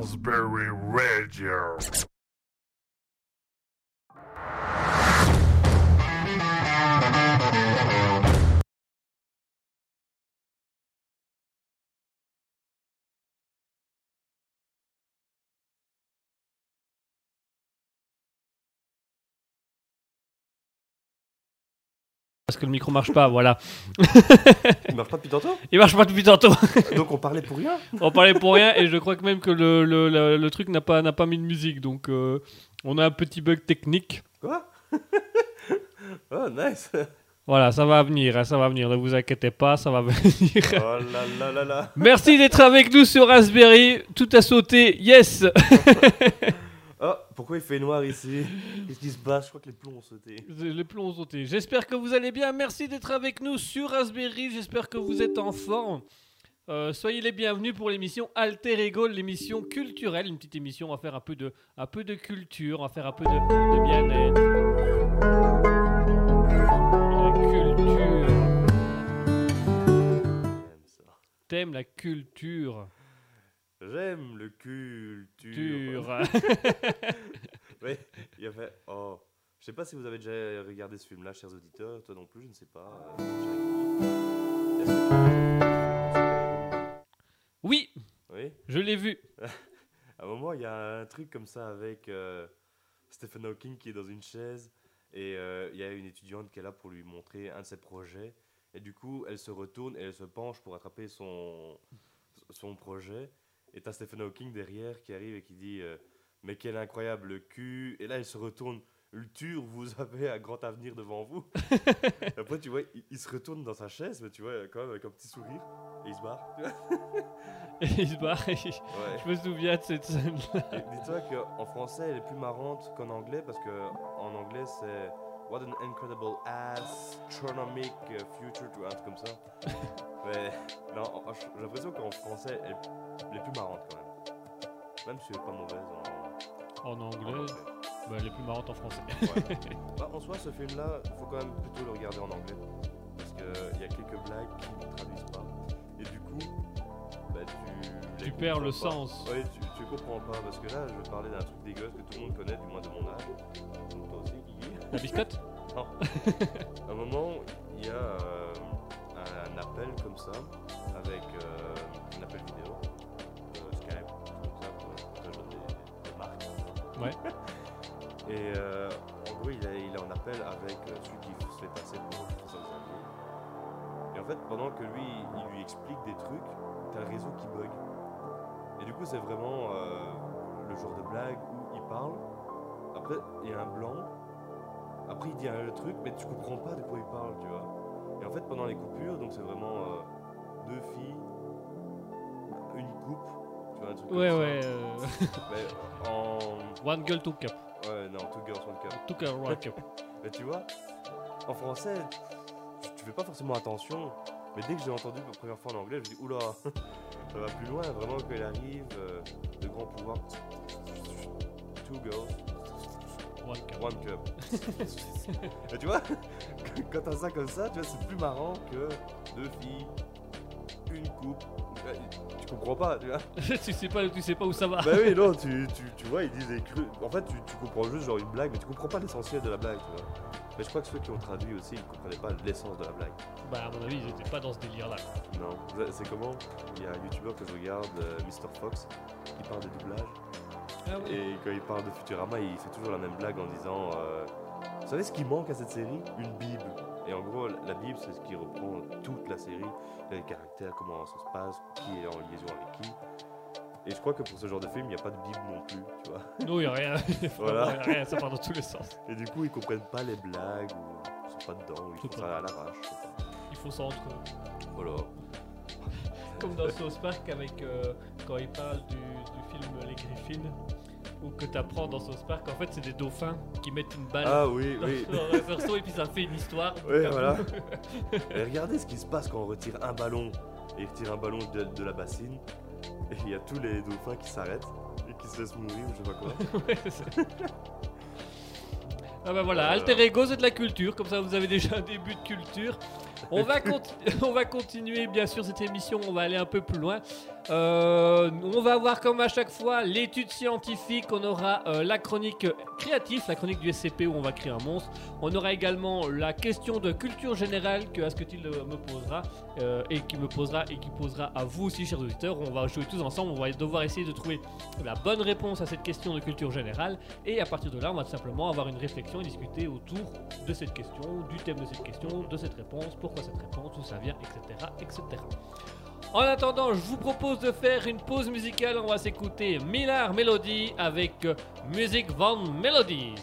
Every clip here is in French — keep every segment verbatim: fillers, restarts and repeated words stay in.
Raspberry Radio. Parce que le micro marche pas, voilà. Il marche pas depuis tantôt. Il marche pas depuis tantôt. Donc on parlait pour rien. On parlait pour rien et je crois que même que le, le, le, le truc n'a pas, n'a pas mis de musique. Donc euh, on a un petit bug technique. Quoi? Oh, nice. Voilà, ça va venir, hein, ça va venir. Ne vous inquiétez pas, ça va venir. Oh là là là là. Merci d'être avec nous sur Raspberry. Tout a sauté, yes. Oh, pourquoi il fait noir ici? Qu'est-ce qui se passe? Je crois que les plombs ont sauté. Les plombs ont sauté. J'espère que vous allez bien. Merci d'être avec nous sur Raspberry. J'espère que vous êtes en forme. Euh, soyez les bienvenus pour l'émission Alter Ego, l'émission culturelle. Une petite émission, on va faire un peu de, un peu de culture, on va faire un peu de, de bien-être. La culture. J'aime ça. T'aimes la culture. J'aime le culture. Ture. Oui, il y avait... Oh, je sais pas si vous avez déjà regardé ce film-là, chers auditeurs. Toi non plus, je ne sais pas. Euh, Est-ce que tu... Oui, Oui. je l'ai vu. À un moment, il y a un truc comme ça avec euh, Stephen Hawking qui est dans une chaise et euh, il y a une étudiante qui est là pour lui montrer un de ses projets. Et du coup, elle se retourne et elle se penche pour attraper son, son projet. Et t'as Stephen Hawking derrière qui arrive et qui dit euh, « Mais quel incroyable cul !» Et là, elle se retourne. « Lture, vous avez un grand avenir devant vous. » Après, tu vois, il, il se retourne dans sa chaise, mais tu vois, quand même avec un petit sourire. Et il se barre. Tu vois. Et il se barre. et- Ouais. Je me souviens de cette scène-là. Et dis-toi qu'en français, elle est plus marrante qu'en anglais parce qu'en anglais, c'est What an incredible astronomic future, tu vois, un truc comme ça. Mais non, en- j'ai l'impression qu'en français, elle, elle est plus marrante quand même. Même si elle est pas mauvaise en, En en anglais, anglais. bah, elle est plus marrante en français. Ouais. Bah, en soi, ce film-là, il faut quand même plutôt le regarder en anglais parce qu'il y a quelques blagues qui ne traduisent pas. Et du coup, bah, tu. Tu les perds le comprends pas. sens. Oui, tu, tu comprends pas parce que là, je vais parler d'un truc dégueulasse que tout le monde connaît, du moins de mon âge. Donc toi aussi, Guigui. La biscotte? Non. À un moment, il y a euh, un appel comme ça, avec euh, un appel vidéo, euh, Skype, comme ça, pour pour des, des marques. Ouais. Et euh, en gros, il, a, il est en appel avec euh, celui qui se fait passer pour François Xavier. Et en fait, pendant que lui, il lui explique des trucs, t'as le réseau qui bug. Et du coup, c'est vraiment euh, le genre de blague où il parle. Après, il y a un blanc. Après, il dit un truc, mais tu comprends pas de quoi il parle, tu vois. Et en fait, pendant les coupures, donc c'est vraiment euh, deux filles, une coupe, tu vois, un truc Ouais, comme ouais. ça. euh, Mais en. One girl, two cup. Ouais, non, Two Girls, One Cup. Two girl, one cup. Mais tu vois, en français, tu, tu fais pas forcément attention. Mais dès que j'ai entendu pour la première fois en anglais, je me dis oula, ça va plus loin, vraiment qu'il arrive, euh, de grands pouvoirs. Two girls, One cup. one cup. Et tu vois, quand t'as ça comme ça, tu vois, c'est plus marrant que deux filles, une coupe. Tu comprends pas, tu vois. tu sais pas, tu sais pas où ça va. Bah oui, non, tu, tu, tu vois, ils disent des cru. En fait, tu, tu comprends juste genre une blague, mais tu comprends pas l'essentiel de la blague, tu vois. Mais je crois que ceux qui ont traduit aussi, ils comprenaient pas l'essence de la blague. Bah, à mon avis, ils étaient pas dans ce délire-là. Non, c'est- c'est comment? Il y a un youtubeur que je regarde, euh, mister Fox, qui parle de doublage. Ah oui. Et quand il parle de Futurama, il fait toujours la même blague en disant euh, vous savez ce qui manque à cette série? Une Bible. Et en gros, la Bible, c'est ce qui reprend toute la série, les caractères, comment ça se passe, qui est en liaison avec qui. Et je crois que pour ce genre de film, il n'y a pas de Bible non plus, tu vois. Non, il y a rien. Voilà. Il y a rien, ça part dans tous les sens. Et du coup, ils comprennent pas les blagues, ou ils sont pas dedans, ou ils C'est font pas- ça à l'arrache. je sais pas. Il faut ça entre eux. Voilà. Comme dans South Park, avec, euh, quand il parle du, du film Les Griffins, où que t'apprends dans South Park, en fait, c'est des dauphins qui mettent une balle Ah oui, dans oui. leur verso et puis ça fait une histoire. Ouais, voilà. Et regardez ce qui se passe quand on retire un ballon, et il retire un ballon de, de la bassine, et il y a tous les dauphins qui s'arrêtent, et qui se laissent mourir, ou je sais pas quoi. Ouais, c'est- ah bah voilà, Euh. Alter Ego c'est de la culture, comme ça vous avez déjà un début de culture. On va, conti- on va continuer bien sûr cette émission, on va aller un peu plus loin. Euh, on va avoir comme à chaque fois l'étude scientifique, on aura euh, la chronique créative, la chronique du S C P où on va créer un monstre. On aura également la question de culture générale que Asketil euh, me posera euh, et qui me posera et qui posera à vous aussi chers auditeurs. On va jouer tous ensemble, on va devoir essayer de trouver la bonne réponse à cette question de culture générale et à partir de là on va tout simplement avoir une réflexion et discuter autour de cette question, du thème de cette question, de cette réponse, pourquoi cette réponse, d'où ça vient, et cetera et cetera. En attendant, je vous propose de faire une pause musicale. On va s'écouter Miller Melody avec euh, Music Van Melodies.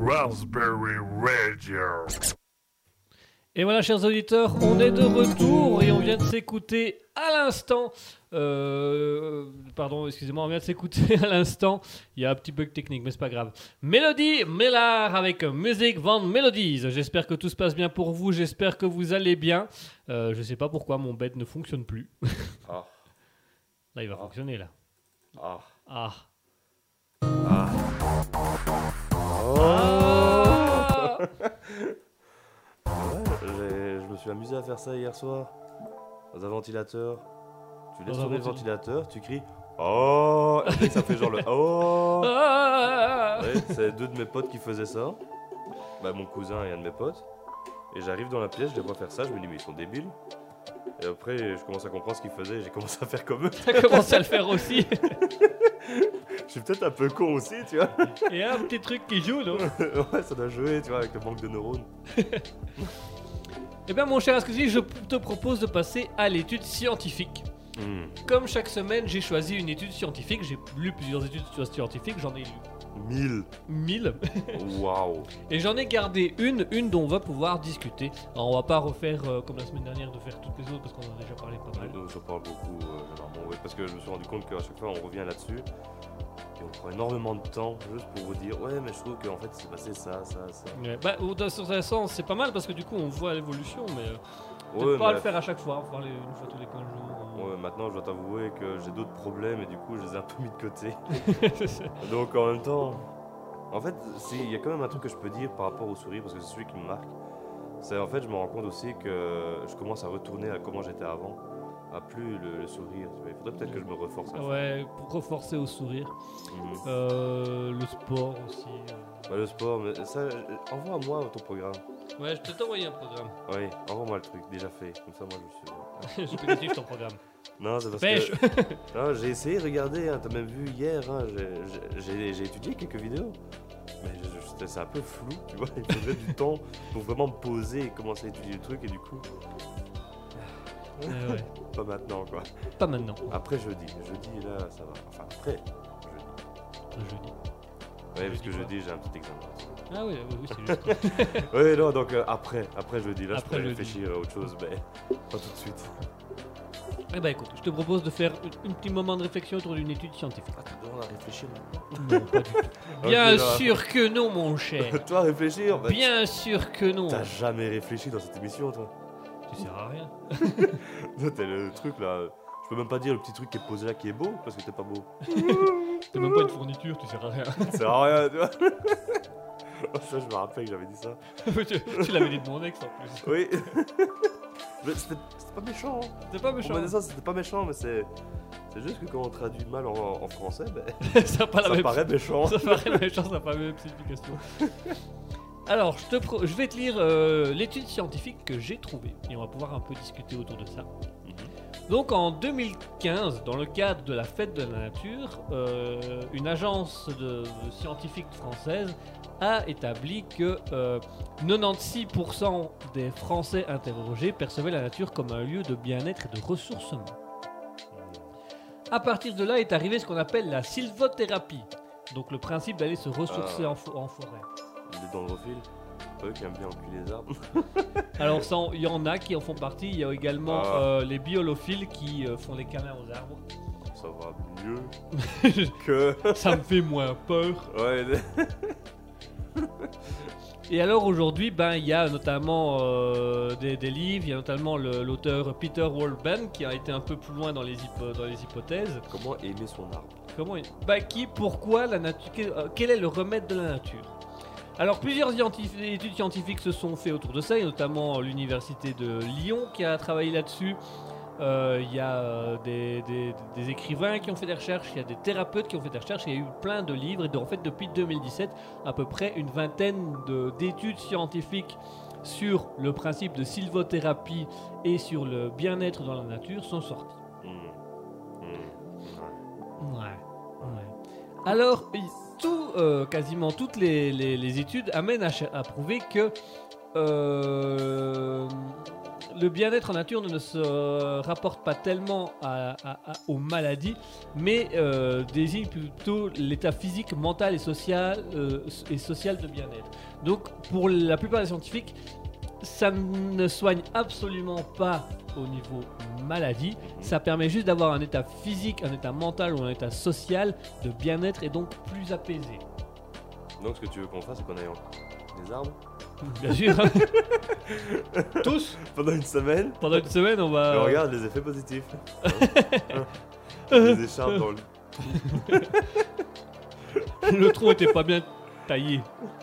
Raspberry Radio. Et voilà, chers auditeurs, on est de retour et on vient de s'écouter à l'instant. Euh, pardon, excusez-moi, on vient de s'écouter à l'instant. Il y a un petit bug technique, mais c'est pas grave. Mélodie Mélard avec Music Van Melodies. J'espère que tout se passe bien pour vous. J'espère que vous allez bien. Euh, je sais pas pourquoi mon bed ne fonctionne plus. Ah. Là, il va Ah. fonctionner là. Ah. Ah. Ah. Ah. Ouais, j'ai- je me suis amusé à faire ça hier soir. Dans un ventilateur. Tu laisses Dans un tourner le ventil- ventilateur, tu cries Oh. Et après, ça fait genre le Oh. Ah. Ouais, c'est deux de mes potes qui faisaient ça. Bah, mon cousin et un de mes potes. Et j'arrive dans la pièce, je les vois faire ça, je me dis mais ils sont débiles. Et après, je commence à comprendre ce qu'ils faisaient et j'ai commencé à faire comme eux. T'as commencé à le faire aussi. Je suis peut-être un peu con aussi, tu vois. Et un petit truc qui joue, non? Ouais, ça doit jouer, tu vois, avec le manque de neurones. Eh bien, mon cher Ascusi, je te propose de passer à l'étude scientifique. Hmm. Comme chaque semaine, j'ai choisi une étude scientifique. J'ai lu plusieurs études scientifiques, j'en ai lu mille. mille. Waouh. Et j'en ai gardé une, une dont on va pouvoir discuter. Alors, on va pas refaire euh, comme la semaine dernière de faire toutes les autres parce qu'on en a déjà parlé pas mal. Euh, J'en parle beaucoup, euh, généralement, ouais, parce que je me suis rendu compte qu'à chaque fois on revient là-dessus. Et on prend énormément de temps juste pour vous dire ouais, mais je trouve qu'en fait c'est passé ça, ça, ça. Ouais, bah, au- dans ce sens, c'est pas mal parce que du coup, on voit l'évolution, mais euh, Ouais, peut-être pas mais- le faire à chaque fois, faire les- une fois tous les quinze jours. Ouais, maintenant je dois t'avouer que j'ai d'autres problèmes et du coup je les ai un peu mis de côté. Donc en même temps, en fait, si, il y a quand même un truc que je peux dire par rapport au sourire parce que c'est celui qui me marque. C'est en fait, je me rends compte aussi que je commence à retourner à comment j'étais avant, à plus le, le sourire. tu vois. Il faudrait peut-être que je me reforce. un peu. Ouais, pour reforcer au sourire. Mhm. Euh, le sport aussi. euh. Bah, le sport, mais ça, euh, envoie-moi ton programme. Ouais, je peux t'envoyer un programme. Oui, envoie-moi le truc, déjà fait. Comme ça, moi je suis. je peux suivre ton programme. Non, c'est parce Pêche. que. Non, j'ai essayé de regarder, hein, t'as même vu hier, hein, j'ai- j'ai j'ai étudié quelques vidéos. Mais je- je- c'est un peu flou, tu vois. Il faudrait du temps pour vraiment me poser et commencer à étudier le truc, et du coup, Ouais, ouais. pas maintenant quoi. Pas maintenant. Après jeudi, jeudi là ça va. Enfin après jeudi. Jeudi. Ouais, parce Jeudi que quoi jeudi j'ai un petit examen. Ah oui, oui, oui, c'est juste. Ouais, non, donc euh, après, après jeudi, là Après je peux jeudi. réfléchir à autre chose, mais pas tout de suite. Eh ben écoute, je te propose de faire un petit moment de réflexion autour d'une étude scientifique. Ah, tu dois réfléchir maintenant. Non, pas du tout. Bien Ok, là. sûr que non, mon cher. Toi réfléchir bah, Bien sûr que non. T'as jamais réfléchi dans cette émission, toi. Tu sers à rien. Toi, t'es le truc là. Je peux même pas dire le petit truc qui est posé là qui est beau parce que t'es pas beau. T'as même pas une fourniture, tu sers à rien. Ça sert à rien, tu vois. Ça, je me rappelle que j'avais dit ça. tu tu l'avais dit de mon ex en plus. Oui. Mais c'était c'était pas méchant. Hein. C'est pas Pour méchant. ma naissance, c'était pas méchant, mais c'est. C'est juste que quand on traduit mal en, en français, ben, ça a pas la ça même paraît méchant. Ça paraît méchant, ça n'a pas la même signification. Alors, je, te pro- je vais te lire euh, l'étude scientifique que j'ai trouvée et on va pouvoir un peu discuter autour de ça. Donc, en deux mille quinze, dans le cadre de la fête de la nature, euh, une agence de, de scientifique française a établi que euh, quatre-vingt-seize pour cent des Français interrogés percevaient la nature comme un lieu de bien-être et de ressourcement. À partir de là est arrivé ce qu'on appelle la sylvothérapie. Donc le principe d'aller se ressourcer Ah. en, fo- en forêt. Les dendrophiles, eux qui aiment bien enculer les arbres. Alors ça, il y en a qui en font partie. Il y a également Ah. euh, les biolophiles qui euh, font les câlins aux arbres. Ça va mieux que. Ça me fait moins peur. Ouais, Et alors aujourd'hui, ben il y a notamment euh, des, des livres. Il y a notamment le- l'auteur Peter Wolben qui a été un peu plus loin dans les, hypo- dans les hypothèses. comment aimer son arbre. Comment il- Bah qui, pourquoi la nature quel, euh, quel est le remède de la nature? Alors plusieurs scientif- études scientifiques se sont faites autour de ça, et notamment l'université de Lyon qui a travaillé là-dessus. Euh, Il y a euh, des, des- des écrivains qui ont fait des recherches, il y a des thérapeutes qui ont fait des recherches, il y a eu plein de livres, et de- en fait depuis deux mille dix-sept, à peu près une vingtaine de- d'études scientifiques sur le principe de sylvothérapie et sur le bien-être dans la nature sont sorties. Mmh. Mmh. Ouais. Ouais, ouais. Alors, il- tout, euh, quasiment toutes les, les- les études amènent à, ch- à prouver que euh, le bien-être en nature ne se euh, rapporte pas tellement à, à- à- aux maladies, mais euh, désigne plutôt l'état physique, mental et social, euh, et social de bien-être. Donc, pour la plupart des scientifiques, ça ne soigne absolument pas au niveau maladie. Mhm. Ça permet juste d'avoir un état physique, un état mental ou un état social de bien-être et donc plus apaisé. Donc ce que tu veux qu'on fasse, c'est qu'on aille en... des arbres Bien sûr. Tous, pendant une semaine. pendant une semaine, on va. Et on regarde les effets positifs. Des écharpes dans le... Le tronc était pas bien taillé.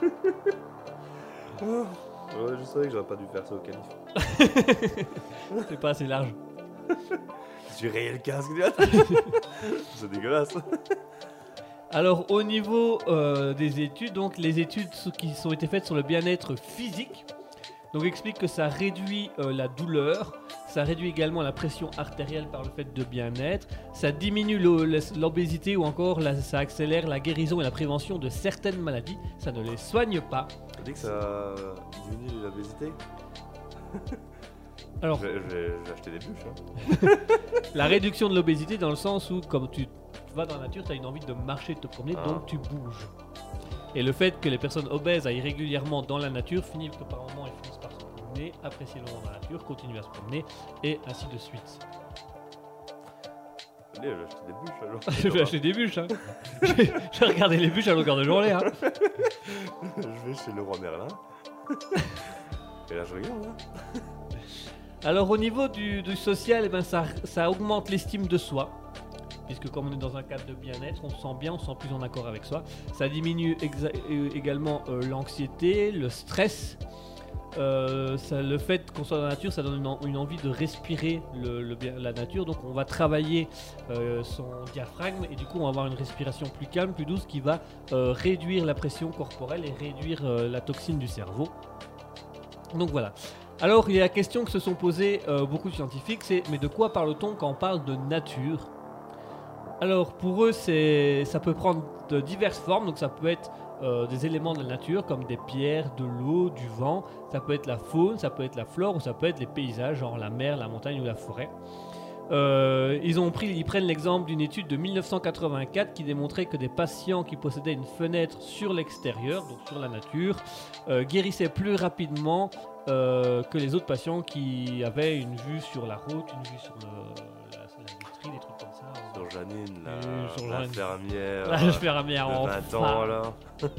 Ouais, je savais que j'aurais pas dû faire ça au calife. C'est pas assez large. J'ai rayé le casque, c'est dégueulasse. Alors au niveau euh, des études, donc les études qui ont été faites sur le bien-être physique, donc expliquent que ça réduit euh, la douleur, ça réduit également la pression artérielle par le fait de bien-être, ça diminue l'o- l'obésité ou encore la- ça accélère la guérison et la prévention de certaines maladies, ça ne les soigne pas. Tu dis que ça diminue l'obésité? Alors Je vais, je vais- je vais acheter des bûches. Hein. la réduction de l'obésité dans le sens où comme tu vas dans la nature, tu as une envie de marcher, de te promener, Ah. donc tu bouges. Et le fait que les personnes obèses aillent régulièrement dans la nature finit que par moment elles finissent par se promener, apprécier le moment dans la nature, continuer à se promener, et ainsi de suite. Allez, je vais acheter des bûches alors. Je vais acheter des bûches, hein. Je vais je vais regarder les bûches à longueur de journée, hein. Je vais chez le roi Merlin. Et là, je regarde. Hein. Alors au niveau du, du social, eh ben, ça, ça augmente l'estime de soi. Puisque comme on est dans un cadre de bien-être, on se sent bien, on se sent plus en accord avec soi. Ça diminue exa- euh, également euh, l'anxiété, le stress. Euh, ça, le fait qu'on soit dans la nature, ça donne une, en- une envie de respirer le, le bien- la nature. Donc on va travailler euh, son diaphragme et du coup on va avoir une respiration plus calme, plus douce qui va euh, réduire la pression corporelle et réduire euh, la toxine du cerveau. Donc voilà. Alors il y a la question que se sont posées euh, beaucoup de scientifiques, c'est mais de quoi parle-t-on quand on parle de nature ? Alors pour eux, c'est, ça peut prendre de diverses formes, donc ça peut être euh, des éléments de la nature comme des pierres, de l'eau, du vent, ça peut être la faune, ça peut être la flore ou ça peut être les paysages, genre la mer, la montagne ou la forêt. Euh, ils, ont pris, ils prennent l'exemple d'une étude de mille neuf cent quatre-vingt-quatre qui démontrait que des patients qui possédaient une fenêtre sur l'extérieur, donc sur la nature, euh, guérissaient plus rapidement euh, que les autres patients qui avaient une vue sur la route, une vue sur le, la, la vitrine, des trucs comme ça. Sur Janine, la, Euh, sur Janine. l'infirmière. Là, je fais un meilleur de en vingt femme. ans là.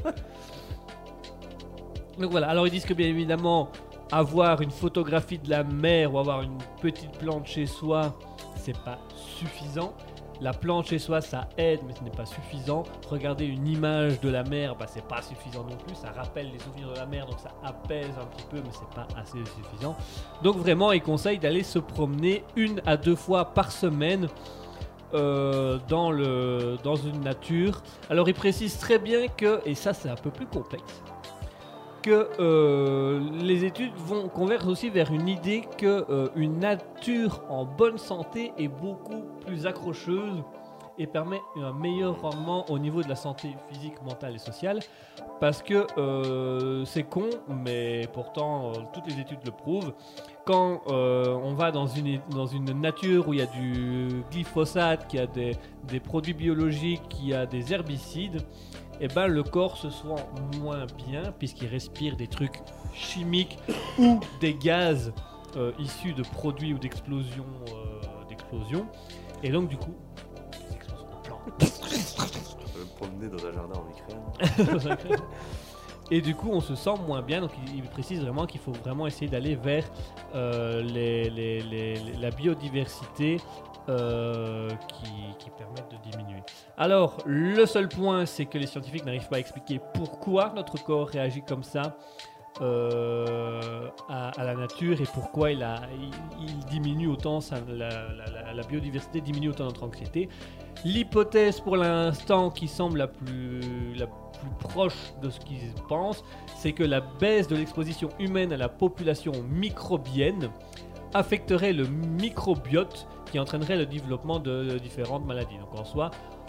Donc voilà, alors ils disent que bien évidemment, avoir une photographie de la mer ou avoir une petite plante chez soi, c'est pas suffisant. La plante chez soi, ça aide, mais ce n'est pas suffisant. Regarder une image de la mer, bah, c'est pas suffisant non plus. Ça rappelle les souvenirs de la mer, donc ça apaise un petit peu, mais c'est pas assez suffisant. Donc vraiment, ils conseillent d'aller se promener une à deux fois par semaine euh, dans, le, dans une nature. Alors ils précisent très bien que, et ça c'est un peu plus complexe, que euh, les études vont convergent aussi vers une idée que euh, une nature en bonne santé est beaucoup plus accrocheuse et permet un meilleur rendement au niveau de la santé physique, mentale et sociale, parce que euh, c'est con, mais pourtant euh, toutes les études le prouvent. Quand euh, on va dans une, dans une nature où il y a du glyphosate, qu'il y a des, des produits biologiques, qu'il y a des herbicides, eh ben, le corps se sent moins bien puisqu'il respire des trucs chimiques ou des gaz euh, issus de produits ou d'explosions, euh, d'explosions. Et donc du coup, des explosions de plantes. Je vais me promener dans un jardin en Ukraine. Et du coup, on se sent moins bien. Donc, il, il précise vraiment qu'il faut vraiment essayer d'aller vers euh, les, les- les- les- la biodiversité euh, qui, qui permettent de diminuer. Alors, le seul point, c'est que les scientifiques n'arrivent pas à expliquer pourquoi notre corps réagit comme ça euh, à, à la nature et pourquoi il, a, il, il diminue autant, sa- la, la- la- la biodiversité diminue autant notre anxiété. L'hypothèse pour l'instant qui semble la plus, la plus proche de ce qu'ils pensent, c'est que la baisse de l'exposition humaine à la population microbienne affecterait le microbiote qui entraînerait le développement de différentes maladies. Donc en soi,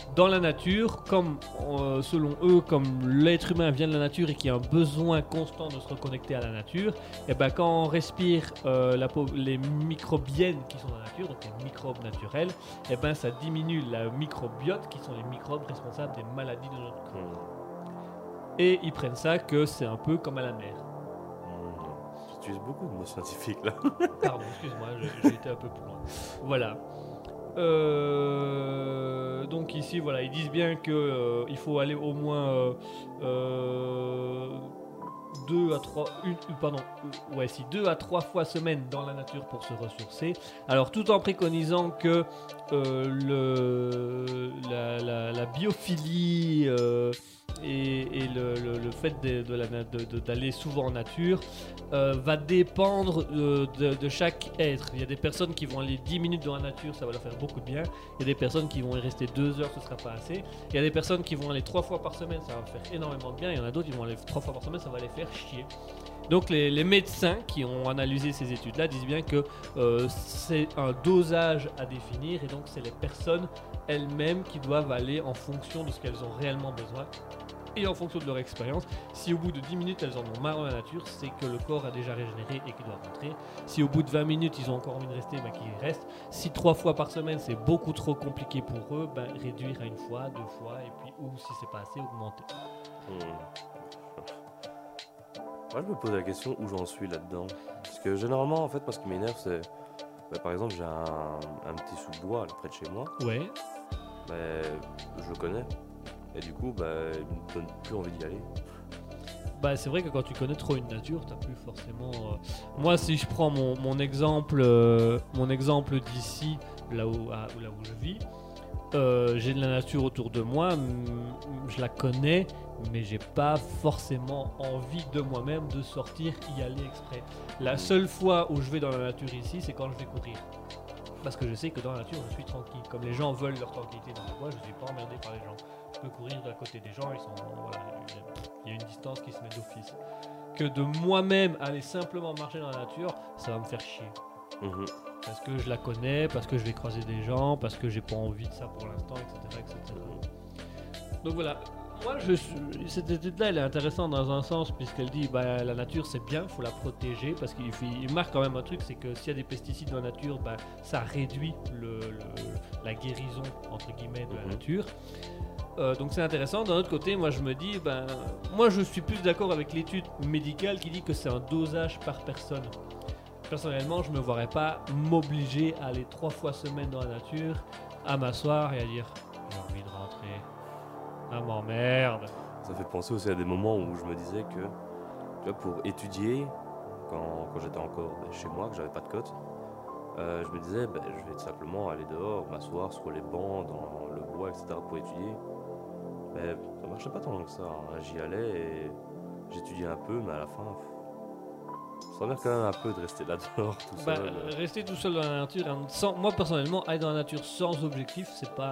dans la nature, comme euh, selon eux, comme l'être humain vient de la nature et qu'il y a un besoin constant de se reconnecter à la nature, et ben quand on respire euh, la, po- les microbiennes qui sont dans la nature, donc les microbes naturels, et ben ça diminue la microbiote qui sont les microbes responsables des maladies de notre corps. Hmm. Et ils prennent ça que c'est un peu comme à la mer. Hmm. Tu utilises beaucoup de mots scientifiques là. Pardon, excuse-moi, j'ai j'ai été un peu plus loin. Voilà. Euh, donc ici, voilà, ils disent bien que euh, il faut aller au moins euh, euh, deux à trois, une, une- pardon, euh, ouais, si deux à trois fois semaine dans la nature pour se ressourcer. Alors, tout en préconisant que euh, le, la, la- la biophilie euh, et, et le, le- le fait de- de la na- de- de- d'aller souvent en nature euh, va dépendre de, de- de chaque être. Il y a des personnes qui vont aller dix minutes dans la nature, ça va leur faire beaucoup de bien. Il y a des personnes qui vont y rester deux heures, ce sera pas assez. Il y a des personnes qui vont aller trois fois par semaine, ça va faire énormément de bien. Il y en a d'autres qui vont aller trois fois par semaine, ça va les faire chier. Donc les, les médecins qui ont analysé ces études-là disent bien que euh, c'est un dosage à définir et donc c'est les personnes elles-mêmes qui doivent aller en fonction de ce qu'elles ont réellement besoin et en fonction de leur expérience. Si au bout de dix minutes elles en ont marre dans la nature, c'est que le corps a déjà régénéré et qu'il doit rentrer. Si au bout de vingt minutes ils ont encore envie de rester, ben qu'ils restent. Si trois fois par semaine c'est beaucoup trop compliqué pour eux, ben réduire à une fois, deux fois et puis ou si c'est pas assez, augmenter. Hmm. Moi, je me pose la question où j'en suis là-dedans. Parce que généralement, en fait, moi, ce qui m'énerve, c'est. Bah, par exemple, j'ai un, un petit sous-bois là, près de chez moi. Ouais. Mais je le connais. Et du coup, bah, il me donne plus envie d'y aller. Bah, c'est vrai que quand tu connais trop une nature, t'as plus forcément. euh, Moi, si je prends mon, mon exemple, euh, mon exemple d'ici, là où, à- là où je vis, euh, j'ai de la nature autour de moi, mm, je la connais, mais j'ai pas forcément envie de moi-même de sortir, y aller exprès. La Mm. seule fois où je vais dans la nature ici, c'est quand je vais courir. Parce que je sais que dans la nature, je suis tranquille. Comme les gens veulent leur tranquillité dans le bois, je suis pas emmerdé par les gens. Je peux courir à côté des gens, ils sont, voilà, il y a une distance qui se met d'office. Que de moi-même aller simplement marcher dans la nature, ça va me faire chier. Mhm. Parce que je la connais, parce que je vais croiser des gens, parce que j'ai pas envie de ça pour l'instant, et cetera, et cetera. Donc voilà. Moi, je suis- cette étude-là, elle est intéressante dans un sens, puisqu'elle dit bah, la nature c'est bien, il faut la protéger, parce qu'il fait- il marque quand même un truc, c'est que s'il y a des pesticides dans la nature, bah, ça réduit le, le- la guérison entre guillemets de la Mhm. nature. Euh, donc c'est intéressant. D'un autre côté, moi je me dis, ben, moi je suis plus d'accord avec l'étude médicale qui dit que c'est un dosage par personne. Personnellement, je me verrais pas m'obliger à aller trois fois semaine dans la nature, à m'asseoir et à dire j'ai envie de rentrer. Ah m'emmerde. Ça fait penser aussi à des moments où je me disais que, tu vois, pour étudier, quand, quand j'étais encore bah, chez moi, que j'avais pas de cote, euh, je me disais, bah, je vais tout simplement aller dehors, m'asseoir sur les bancs, dans le bois, et cetera pour étudier. Mais ça marchait pas tant que ça. Hein. J'y allais et j'étudiais un peu, mais à la fin, pff, ça m'énerve quand même un peu de rester là dehors tout Bah, seul. rester tout seul dans la nature, hein, sans, moi personnellement, aller dans la nature sans objectif, c'est pas.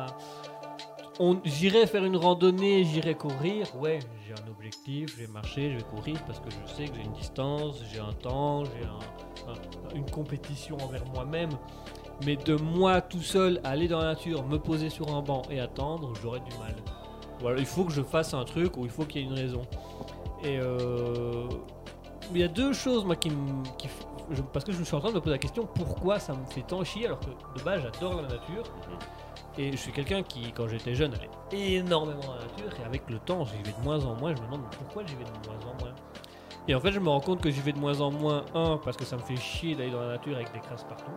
On, j'irai faire une randonnée, j'irai courir. Ouais, j'ai un objectif, je vais marcher, je vais courir parce que je sais que j'ai une distance, j'ai un temps, j'ai un- un- une compétition envers moi-même. Mais de moi tout seul aller dans la nature, me poser sur un banc et attendre, j'aurais du mal. Voilà, il faut que je fasse un truc ou il faut qu'il y ait une raison. Et euh, il y a deux choses moi qui me, qui f- je- parce que je me suis en train de me poser la question pourquoi ça me fait tant chier alors que de base j'adore la nature. Mhm. Et je suis quelqu'un qui, quand j'étais jeune, allait énormément dans la nature. Et avec le temps, j'y vais de moins en moins. Je me demande mais pourquoi j'y vais de moins en moins. Et en fait, je me rends compte que j'y vais de moins en moins. Un, parce que ça me fait chier d'aller dans la nature avec des crasses partout.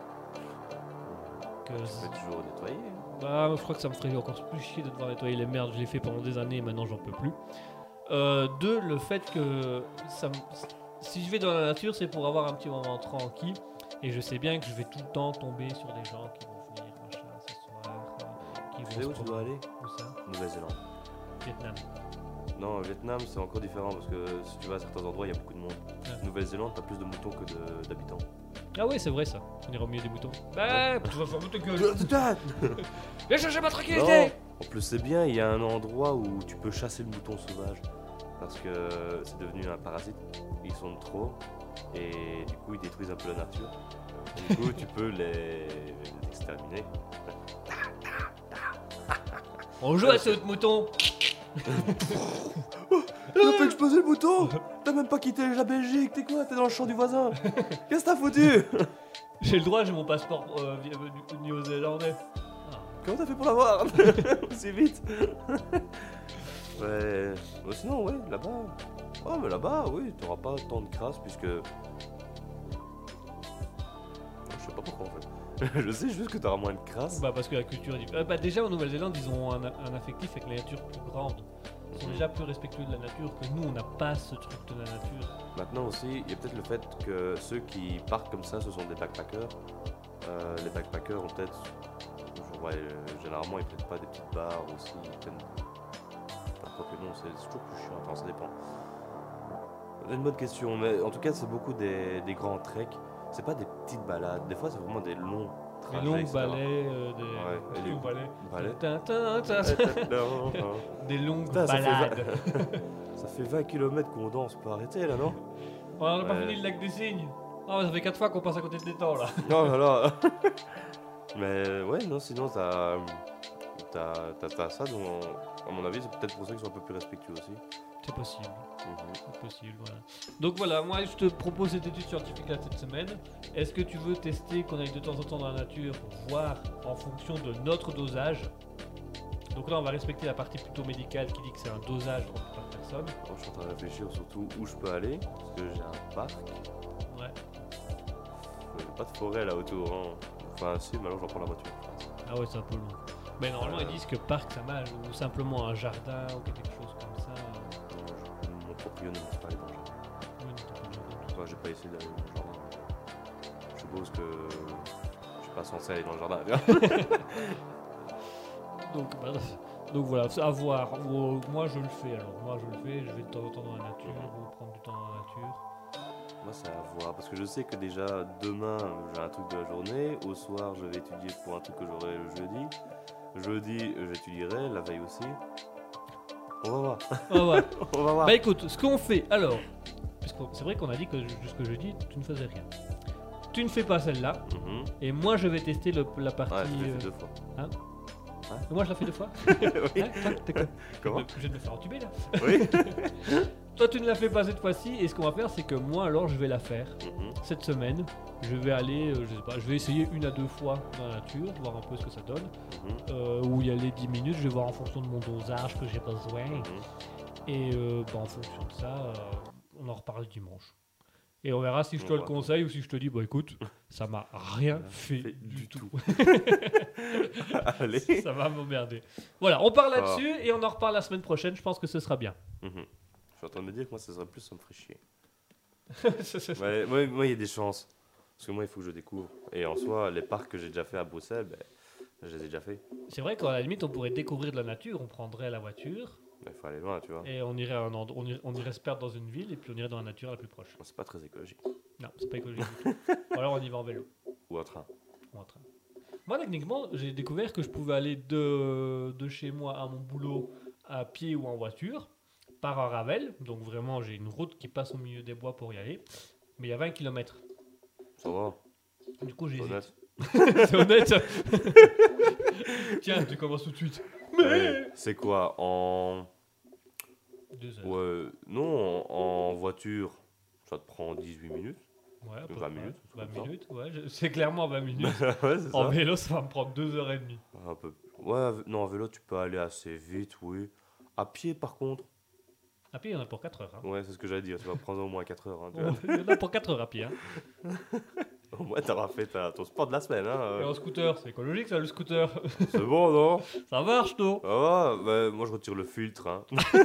Que Tu peux toujours nettoyer. bah, je crois que ça me ferait encore plus chier de devoir nettoyer les merdes. Je l'ai fait pendant des années et maintenant j'en peux plus. Euh, deux, le fait que ça me- si je vais dans la nature, c'est pour avoir un petit moment tranquille. Et je sais bien que je vais tout le temps tomber sur des gens qui vont venir machin s'asseoir, euh, qui Tu vont sais se où tu dois promener. aller? Où ça Nouvelle-Zélande. Vietnam. Non, au Vietnam, c'est encore différent parce que si tu vas à certains endroits, il y a beaucoup de monde. Ouais. Nouvelle-Zélande, t'as plus de moutons que de- d'habitants. Ah ouais, c'est vrai ça. On ira au milieu des moutons. Bah, tu vas faire ta gueule. Non, Viens chercher ma tranquillité. en plus c'est bien, il y a un endroit où tu peux chasser le mouton sauvage parce que c'est devenu un parasite. Ils sont de trop et du coup ils détruisent un peu la nature. Du coup tu peux les, les exterminer. On joue à saut de mouton. T'as fait exploser le bouton. T'as même pas quitté la Belgique. T'es quoi? T'es dans le champ du voisin. Qu'est-ce que t'as foutu? J'ai le droit, j'ai mon passeport euh, néo-zélandais. Comment t'as fait pour l'avoir aussi vite? Ouais. Bon, sinon, ouais, là-bas. Oh, mais là-bas, oui, t'auras pas tant de crasse puisque. Je sais pas pourquoi en fait. Je sais juste que t'auras moins de crasse. Bah parce que la culture est différente. Euh, bah déjà en Nouvelle-Zélande ils ont un, un affectif avec la nature plus grande. Ils sont déjà plus respectueux de la nature que nous on n'a pas ce truc de la nature. Maintenant aussi, il y a peut-être le fait que ceux qui partent comme ça, ce sont des backpackers. Euh, les backpackers ont peut-être. Ouais, euh, généralement ils prennent pas des petites barres aussi. Ils prennent. Enfin, quoi que non, c'est c'est toujours plus chiant. Enfin, ça dépend. C'est une bonne question, mais en tout cas, c'est beaucoup des, des grands treks. C'est pas des petites balades. Des fois, c'est vraiment des longs Des trajets. longues et cetera. balais, euh, des... Ouais, et des des longues balais. balais. Tin, tin, tin, Des longues Putain, ça fait balades. Ça fait vingt kilomètres qu'on danse, on peut arrêter là, non? On n'a pas Ouais. fini le lac des cygnes. Ah, ça fait quatre fois qu'on passe à côté de l'étang là. Non, là, là. Mais ouais, non, sinon, t'as. T'as, t'as, t'as ça, dont, à mon avis, c'est peut-être pour ça qu'ils sont un peu plus respectueux aussi. C'est possible. Mhm. C'est possible, voilà. Donc voilà, moi je te propose cette étude scientifique là cette semaine. Est-ce que tu veux tester qu'on aille de temps en temps dans la nature, voir en fonction de notre dosage? Donc là on va respecter la partie plutôt médicale qui dit que c'est un dosage par personne. Moi, je suis en train de réfléchir surtout où je peux aller, parce que j'ai un parc. Ouais. Mais j'ai pas de forêt là autour. Hein. Enfin, si, mais alors j'en prends la voiture. je pense. Ah ouais c'est un peu long. Mais normalement Euh. ils disent que parc ça marche, ou simplement un jardin ou quelque chose comme ça. Euh, je- Mon proprio ne me laisse pas aller dans le jardin. Ouais, non, t'as pas besoin de- Enfin, j'ai pas essayé d'aller dans le jardin. Je suppose que je suis pas censé aller dans le jardin. tu vois. Donc, bah, donc voilà, c'est à voir. Ou- Moi je le fais alors. Moi je le fais, je vais de temps en temps dans la nature ou prendre du temps dans la nature. Moi, c'est à voir parce que je sais que déjà demain j'ai un truc de la journée. Au soir, je vais étudier pour un truc que j'aurai le jeudi. Jeudi, j'étudierai. La veille aussi. On va voir. Ah ouais. On va voir. Bah écoute, ce qu'on fait alors, parce que c'est vrai qu'on a dit que jusque jeudi tu ne faisais rien. Tu ne fais pas celle-là, Mhm. et moi je vais tester le- la partie. Ouais, je l'ai euh, fait deux fois. Moi je la fais deux fois. Oui. Hein, toi, t'es quoi Comment? Je vais me faire entuber là. Oui. Toi tu ne la fais pas cette fois-ci, et ce qu'on va faire c'est que moi alors je vais la faire Mhm. cette semaine. Je vais aller, euh, je sais pas, je vais essayer une à deux fois dans la nature, voir un peu ce que ça donne. Mhm. Euh, où y aller dix minutes, je vais voir en fonction de mon dosage que j'ai besoin. Mhm. Et euh, bah, en fonction de ça, euh, on en reparle dimanche. Et on verra si je te On le va. conseille ou si je te dis, bah écoute, ça m'a rien fait, fait du du tout. Allez. Ça va m'emmerder. Voilà, on parle Ah. là-dessus et on en reparle la semaine prochaine. Je pense que ce sera bien. Mhm. Je suis en train de me dire que moi, ça serait plus, ça me ferait chier. C'est- c'est- Ouais, moi, moi, il y a des chances. Parce que moi, il faut que je découvre. Et en soi, les parcs que j'ai déjà fait à Bruxelles, ben, je les ai déjà fait. C'est vrai qu'à la limite, on pourrait découvrir de la nature. On prendrait la voiture Mais il faut aller loin, tu vois. et on irait, à un endroit- on irait, on irait se perdre dans une ville et puis on irait dans la nature la plus proche. C'est pas très écologique. Non, c'est pas écologique du tout. Ou alors on y va en vélo. Ou en train. Ou en train. Moi, techniquement, j'ai découvert que je pouvais aller de, de chez moi à mon boulot à pied ou en voiture, par un Ravel. Donc vraiment, j'ai une route qui passe au milieu des bois pour y aller. Mais il y a vingt kilomètres. Ça va. Du coup, j'ai Honnête. C'est honnête. Tiens, tu commences tout de suite. Allez, c'est quoi en. Deux heures. Ouais, non, en, en voiture, ça te prend dix-huit minutes. Ouais, à peu vingt près. minutes, vingt comme ça. minutes, ouais. je- C'est clairement vingt minutes. Ouais, c'est En ça. vélo, ça va me prendre deux heures et demie. Un peu. Ouais, à vé- non, en vélo, tu peux aller assez vite, oui. À pied, par contre, À pied, il y en a pour quatre heures. Hein. ouais, c'est ce que j'allais dire. Tu vas prendre au moins quatre heures. Hein, tu Oh, il y en a pour quatre heures à pied. Hein. vois. Au moins, t'auras fait ta- ton sport de la semaine. Hein. Et euh. en scooter, c'est écologique ça, le scooter. C'est bon, non? Ça marche, non? Ça va, bah, moi, je retire le filtre. Hein.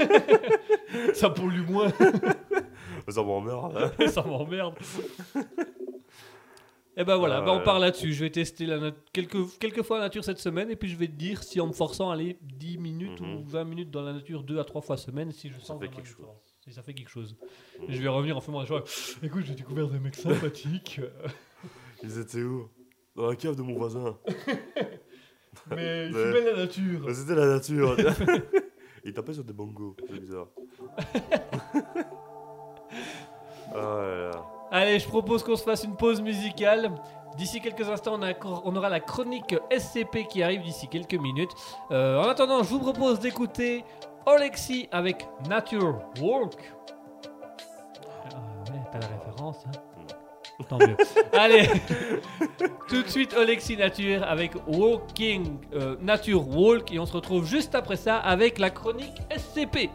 Ça pollue moins. Ça m'emmerde. Hein. Ça m'emmerde. Et ben voilà, Ah, ben on ouais. part là-dessus. Je vais tester la nat- quelques, quelques fois la nature cette semaine et puis je vais te dire si en me forçant à aller dix minutes Mhm. ou vingt minutes dans la nature deux à trois fois semaine, si je Ça sens fait vraiment quelque une chose. différence. Si ça fait quelque chose. Mhm. Et je vais revenir en faisant des choses. Écoute, j'ai découvert des mecs sympathiques. Ils étaient où? Dans la cave de mon voisin. Mais il Ouais. fumaient la nature. Bah, c'était la nature. Ils tapaient sur des bongos. C'est bizarre. Ah là là. Allez, je propose qu'on se fasse une pause musicale. D'ici quelques instants, on, a, on aura la chronique S C P qui arrive d'ici quelques minutes. Euh, en attendant, je vous propose d'écouter Alexis avec Nature Walk. Ah ouais, t'as la référence, hein? Tant mieux. Allez, tout de suite Alexis Nature avec Walking, euh, Nature Walk, et on se retrouve juste après ça avec la chronique S C P.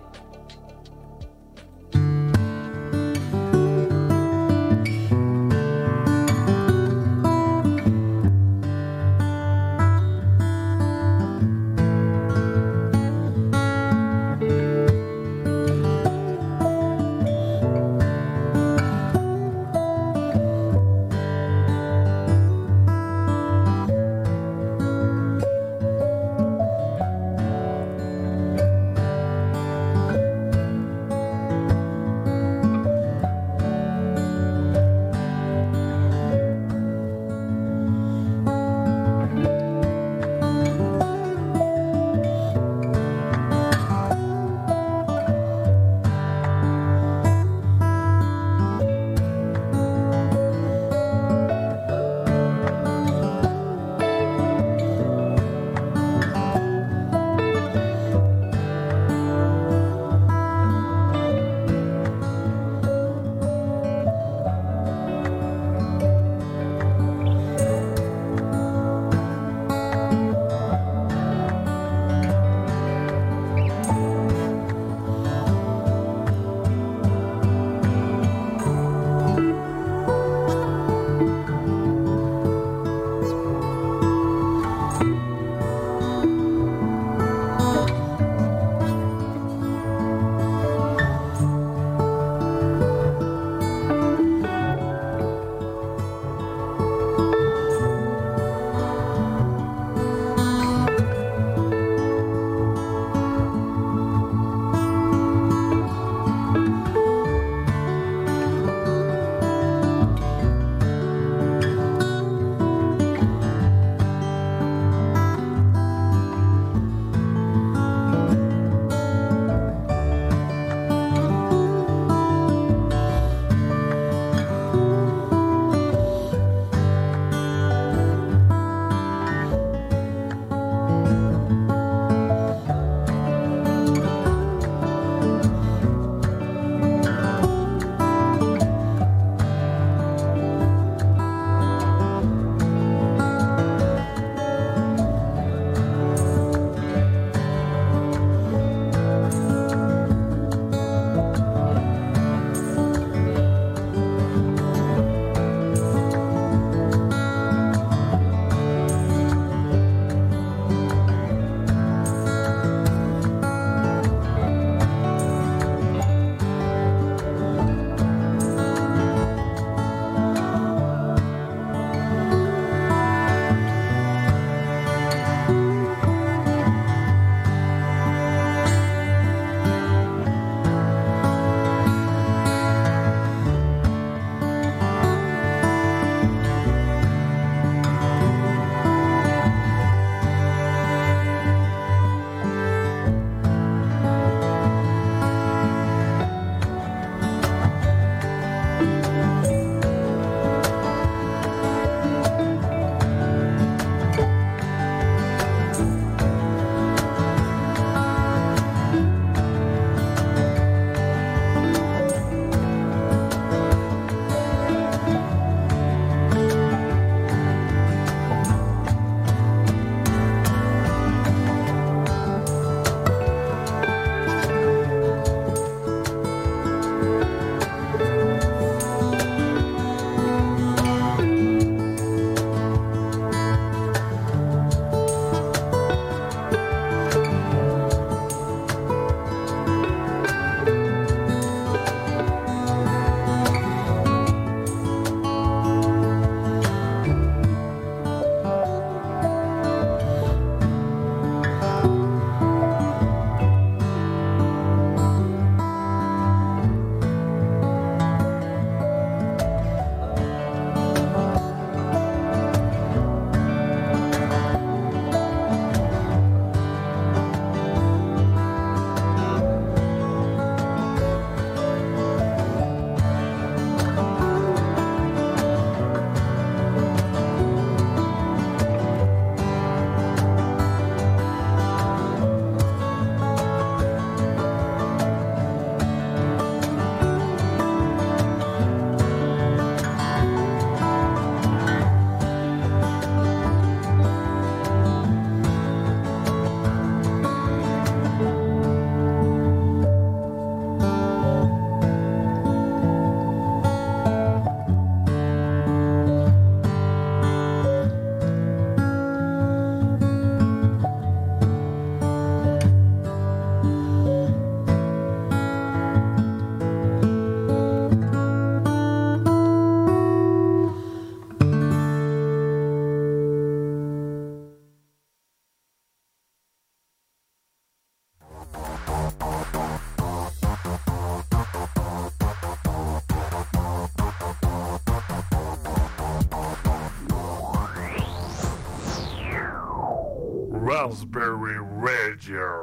Raspberry Radio.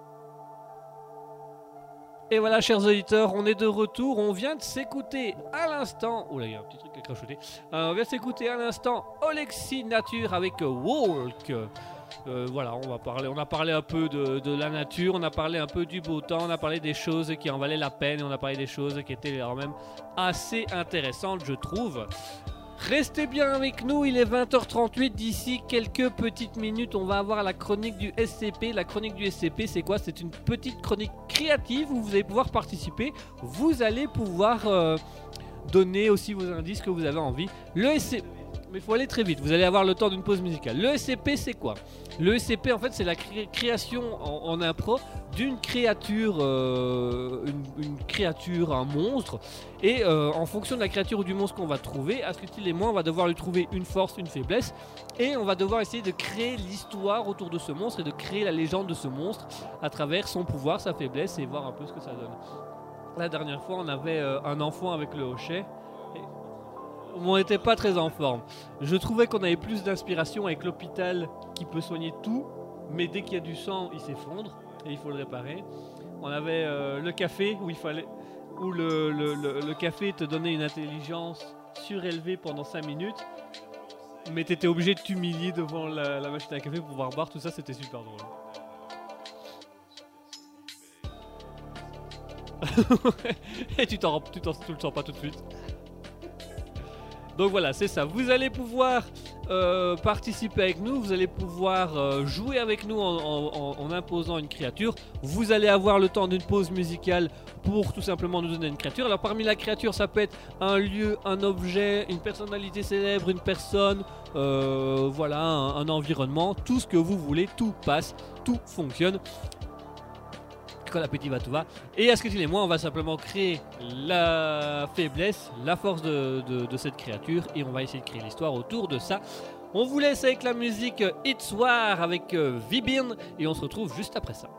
Et voilà, chers auditeurs, on est de retour. On vient de s'écouter à l'instant. Oh là, il y a un petit truc qui a crachoté. Euh, on vient de s'écouter à l'instant Olexi Nature avec euh, Walk. Euh, voilà, on va parler. On a parlé un peu de, de la nature, on a parlé un peu du beau temps, on a parlé des choses qui en valaient la peine, et on a parlé des choses qui étaient quand même assez intéressantes, je trouve. Restez bien avec nous, il est vingt heures trente-huit, d'ici quelques petites minutes on va avoir la chronique du S C P. La chronique du S C P c'est quoi? C'est une petite chronique créative où vous allez pouvoir participer, vous allez pouvoir euh, donner aussi vos indices que vous avez envie. Le S C P, mais il faut aller très vite, vous allez avoir le temps d'une pause musicale. Le S C P c'est quoi? Le S C P en fait c'est la cré- création en, en impro d'une créature, euh, une, une créature, un monstre. Et euh, en fonction de la créature ou du monstre qu'on va trouver, Asketil et moi on va devoir lui trouver une force, une faiblesse. Et on va devoir essayer de créer l'histoire autour de ce monstre et de créer la légende de ce monstre à travers son pouvoir, sa faiblesse et voir un peu ce que ça donne. La dernière fois on avait euh, un enfant avec le hochet. On n'était pas très en forme. Je trouvais qu'on avait plus d'inspiration avec l'hôpital qui peut soigner tout, mais dès qu'il y a du sang, il s'effondre et il faut le réparer. On avait euh, le café où il fallait, où le, le, le, le café te donnait une intelligence surélevée pendant cinq minutes, mais t'étais obligé de t'humilier devant la, la machine à café pour pouvoir boire. Tout ça, c'était super drôle. Et tu t'en, tu t'en, tu le sens pas tout de suite. Donc voilà, c'est ça. Vous allez pouvoir euh, participer avec nous, vous allez pouvoir euh, jouer avec nous en, en, en imposant une créature. Vous allez avoir le temps d'une pause musicale pour tout simplement nous donner une créature. Alors parmi la créature, ça peut être un lieu, un objet, une personnalité célèbre, une personne, euh, voilà, un, un environnement, tout ce que vous voulez, tout passe, tout fonctionne. Quand l'appétit va, tout va. Et Asketil et moi, on va simplement créer la faiblesse, la force de, de, de cette créature, et on va essayer de créer l'histoire autour de ça. On vous laisse avec la musique It's War avec euh, Vibin, et on se retrouve juste après ça.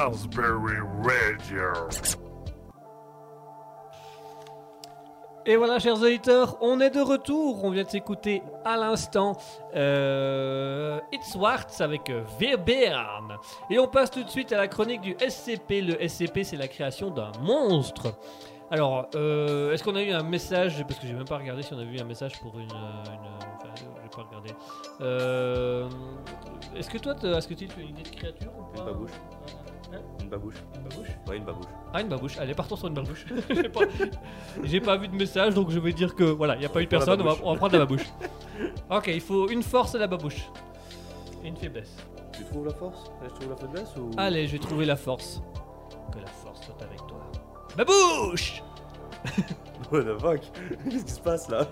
Raspberry Radio. Et voilà, chers auditeurs, on est de retour. On vient de s'écouter à l'instant euh, It's Swartz avec euh, Verbern. Et on passe tout de suite à la chronique du S C P. Le S C P, c'est la création d'un monstre. Alors, euh, est-ce qu'on a eu un message? Parce que j'ai même pas regardé si on a eu un message pour une... une enfin, j'ai pas regardé. Euh, est-ce que toi, est-ce que tu as une idée de créature ou pas? Une babouche. Hein? Une babouche. Une babouche? Ouais, une babouche. Ah, une babouche. Allez, partons sur une babouche. j'ai, pas, j'ai pas vu de message, donc je vais dire que voilà, il n'y a pas eu de personne, on va, on va prendre la babouche. Ok, il faut une force à la babouche. Et une faiblesse. Tu trouves la force? Je trouve la faiblesse ou... Allez, je vais trouver la force. Que la force soit avec toi. Babouche! What the fuck? Qu'est-ce qui se passe là?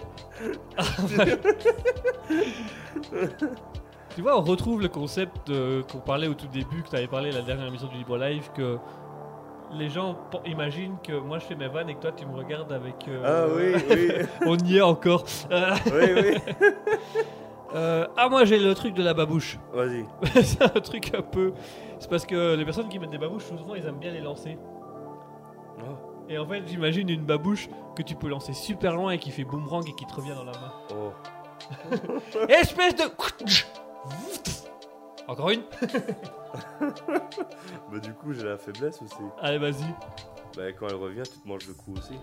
Tu vois, on retrouve le concept euh, qu'on parlait au tout début, que tu avais parlé la dernière émission du Libre Live, que les gens pen- imaginent que moi je fais mes vannes et que toi tu me regardes avec... euh, Ah oui, oui. On y est encore. Euh, Oui, oui. euh, ah, moi j'ai le truc de la babouche. Vas-y. C'est un truc un peu... C'est parce que les personnes qui mettent des babouches, souvent ils aiment bien les lancer. Oh. Et en fait, j'imagine une babouche que tu peux lancer super loin et qui fait boomerang et qui te revient dans la main. Oh. Espèce de... Encore une? Bah du coup j'ai la faiblesse aussi. Allez, vas-y. Bah quand elle revient tu te manges le coup aussi.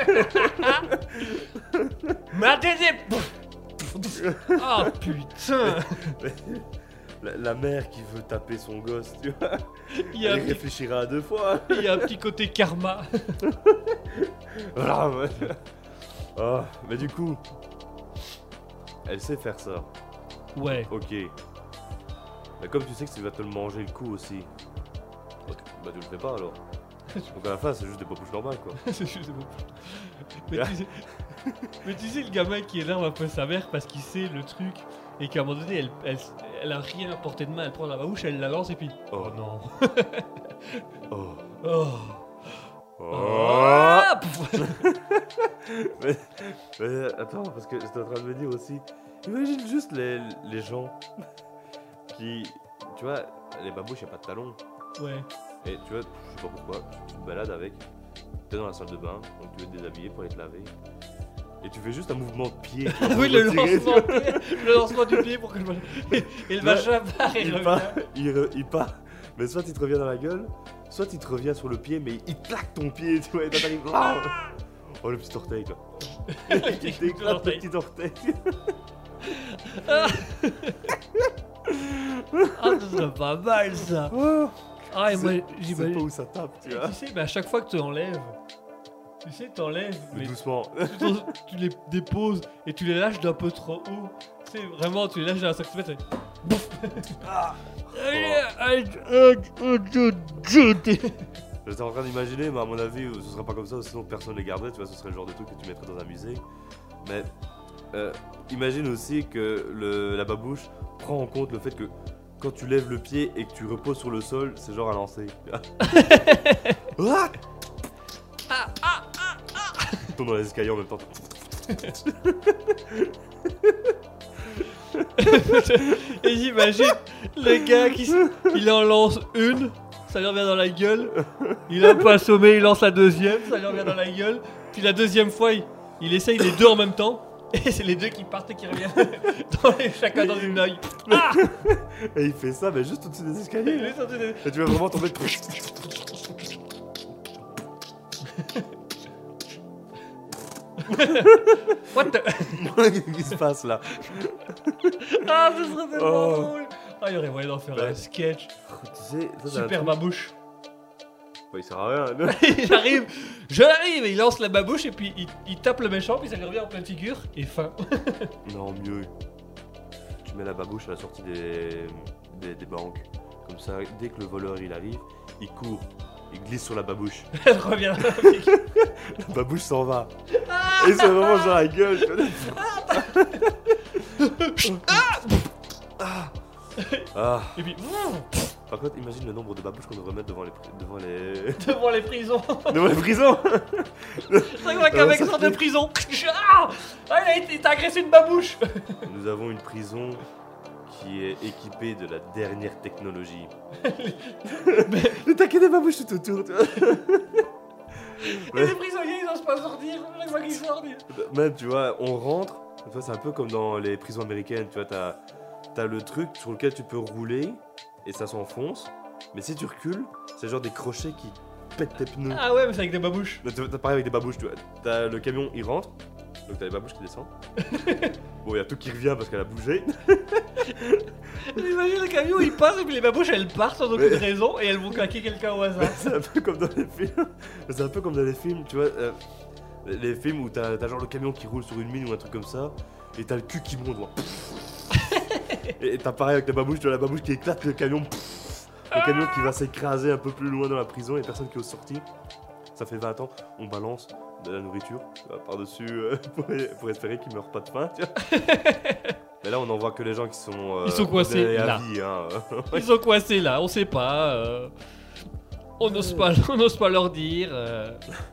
Ma deuxième... Oh putain. La, la mère qui veut taper son gosse, tu vois. Il y a un Elle petit, réfléchira à deux fois. il y a un petit côté karma. Voilà, ouais. Oh, mais du coup, elle sait faire ça. Ouais. Ok. Mais comme tu sais que tu vas te le manger le coup aussi, bah tu le fais pas alors. Donc à la fin c'est juste des babouches normales quoi. C'est juste bon. Mais tu, sais, mais tu sais, le gamin qui énerve un peu sa mère parce qu'il sait le truc et qu'à un moment donné, elle, elle, elle a rien à portée de main, elle prend la babouche, elle la lance et puis... Oh. Oh non. Oh. Oh. Oh. Ah, mais, mais attends, parce que j'étais en train de me dire aussi, imagine juste les, les gens qui, tu vois, les babouches, y a pas de talons. Ouais. Et tu vois, je sais pas pourquoi, tu, tu te balades avec, t'es dans la salle de bain, donc tu veux te déshabiller pour aller te laver. Et tu fais juste un mouvement de pied. tu vois, pour Oui, le retirer, lancement, tu vois. le lancement du pied pour que je me... Et le Ouais. machin part et il revient. part, il, re- il part. Mais soit il te revient dans la gueule, soit il te revient sur le pied, mais il plaque ton pied, tu vois, et toi t'arrives. Oh, le petit orteil, quoi. Il t'éclate le petit orteil. Ah, ce serait pas mal ça. Oh, Ah, et moi, c'est- c'est pas j'imagine. où ça tape, tu Et vois. tu sais, mais à chaque fois que tu enlèves, tu sais, tu enlèves, Mais mais doucement. tu, t'en- tu les déposes et tu les lâches d'un peu trop haut. Tu sais, vraiment, tu les lâches dans un centimètre et... Bouf. Ah. J'étais en train d'imaginer, mais à mon avis, ce serait pas comme ça, sinon personne les garderait, tu vois, ce serait le genre de truc que tu mettrais dans un musée. Mais euh, imagine aussi que le, la babouche prend en compte le fait que quand tu lèves le pied et que tu reposes sur le sol, c'est genre à lancer. Ah Tu tombes dans les escaliers en même temps. Et j'imagine le gars qui s- il en lance une, ça lui revient dans la gueule. Il est un peu assommé, il lance la deuxième, ça lui revient dans la gueule. Puis la deuxième fois, il, il essaye les deux en même temps. Et c'est les deux qui partent et qui reviennent. Dans les- chacun dans une œil. Ah. Et il fait ça, mais juste au-dessus des Il escaliers. est sorti de- Et tu vas vraiment tomber. What the... Qu'est-ce qui se passe là? Ah, ce serait tellement Oh. drôle. Ah, il y aurait moyen d'en faire Ouais. un sketch. Tu sais, ça, c'est un Super truc- babouche. Bah, il sert à rien. J'arrive, j'arrive et il lance la babouche et puis il, il tape le méchant puis ça lui revient en pleine figure et fin. Non, mieux. Tu mets la babouche à la sortie des, des, des banques. Comme ça, dès que le voleur il arrive, il court. Il glisse sur la babouche. Elle revient dans la figure. La babouche s'en va. Et c'est vraiment dans la gueule. tu vois. Ah. Ah. Et puis Par contre, imagine le nombre de babouches qu'on devrait mettre devant les, pri- devant les, devant les prisons. devant les prisons. C'est vrai qu'un mec ça sort fait- de prison. Ah, ah, il a été il t'a agressé une babouche. Nous avons une prison qui est équipé de la dernière technologie. Mais t'inquiète, des babouches tout autour, tu vois. Et les prisonniers, ils osent pas sortir. Chaque fois qu'ils sortent. Même, tu vois, on rentre. Tu vois, c'est un peu comme dans les prisons américaines. Tu vois, t'as, t'as le truc sur lequel tu peux rouler et ça s'enfonce. Mais si tu recules, c'est genre des crochets qui pètent tes pneus. Ah ouais, mais c'est avec des babouches. Mais T'as t'as pareil avec des babouches, tu vois. T'as le camion, il rentre. Donc t'as les babouches qui descendent. Bon, il y a tout qui revient parce qu'elle a bougé. Imagine le camion, il passe et puis les babouches, elles partent sans aucune Mais- raison et elles vont claquer quelqu'un au hasard. C'est un peu comme dans les films. C'est un peu comme dans les films, tu vois. euh, les films où t'as t'as genre le camion qui roule sur une mine ou un truc comme ça. Et t'as le cul qui monte. Genre, et et t'as pareil avec la babouche, tu vois la babouche qui éclate le camion. Le camion qui va s'écraser un peu plus loin dans la prison et personne qui ose sortir. Ça fait vingt ans, on balance de la nourriture euh, par-dessus euh, pour, pour espérer qu'ils meurent pas de faim, tu vois. Mais là, on en voit que les gens qui sont. euh, Ils sont coincés, condamnés à là. vie, hein. Ils sont coincés là, on sait pas. euh, On n'ose pas, on n'ose pas leur dire. euh.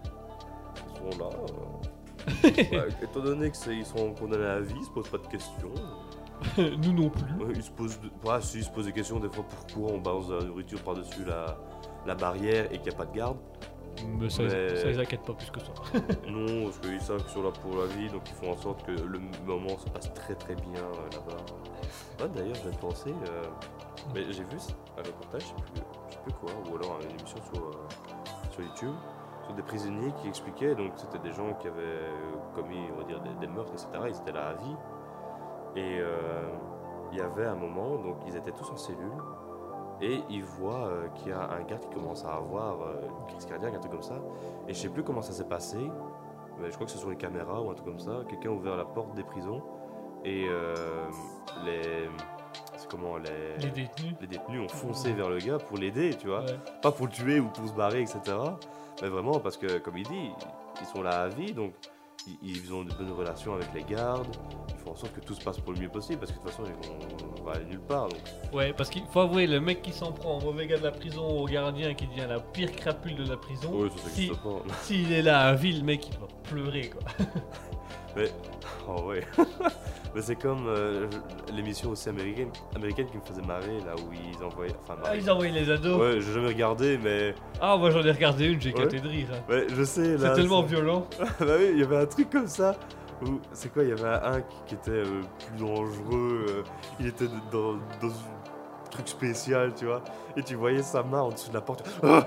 Ils sont là. euh. Ouais, étant donné qu'ils sont condamnés à vie, ils se posent pas de questions. Nous non plus. Ouais, ils se posent, de- ouais, si, ils se posent des questions des fois pourquoi on balance de la nourriture par-dessus la, la barrière et qu'il n'y a pas de garde. Mais ça, Mais- ça les inquiète pas plus que ça. Non, parce qu'ils savent qu'ils sont là pour la vie, donc ils font en sorte que le moment se passe très très bien euh, là-bas. Ouais, d'ailleurs, je viens de penser, euh, mais j'ai vu un reportage, je sais plus, je sais plus quoi, ou alors une émission sur, euh, sur YouTube, sur des prisonniers qui expliquaient, donc c'était des gens qui avaient euh, commis, on va dire, des, des meurtres, et cetera. Ils étaient là à vie. Et euh, il y avait un moment, donc ils étaient tous en cellule, et ils voient euh, qu'il y a un gars qui commence à avoir euh, une crise cardiaque, un truc comme ça. Et je sais plus comment ça s'est passé, mais je crois que c'est sur les caméras ou un truc comme ça. Quelqu'un a ouvert la porte des prisons, et euh, les. C'est comment les. Les détenus. les détenus ont foncé vers le gars pour l'aider, tu vois. Ouais. Pas pour le tuer ou pour se barrer, et cetera. Mais vraiment parce que, comme il dit, ils sont là à vie, donc ils, ils ont de bonnes relations avec les gardes. Ils font en sorte que tout se passe pour le mieux possible, parce que de toute façon, ils vont, on va aller nulle part. Donc. Ouais, parce qu'il faut avouer, le mec qui s'en prend au mauvais gars de la prison, au gardien qui devient la pire crapule de la prison, Oui, ça si- s'existe pas. s'il est là à vie, le mec il va pleurer quoi. Mais, oh ouais. Mais c'est comme euh, l'émission aussi américaine, américaine qui me faisait marrer, là où ils envoyaient. Enfin, Ah, marrer. ils envoient les ados. Ouais, j'ai jamais regardé, mais. Ah, moi j'en ai regardé une, j'ai Ouais. éclaté de rire. hein. Ouais, je sais, là. C'est tellement ça- violent. Bah oui, il y avait un truc comme ça. Où, c'est quoi, il y avait un qui, qui était euh, plus dangereux. euh, il était dans, dans un truc spécial, tu vois. Et tu voyais sa main en dessous de la porte. Ah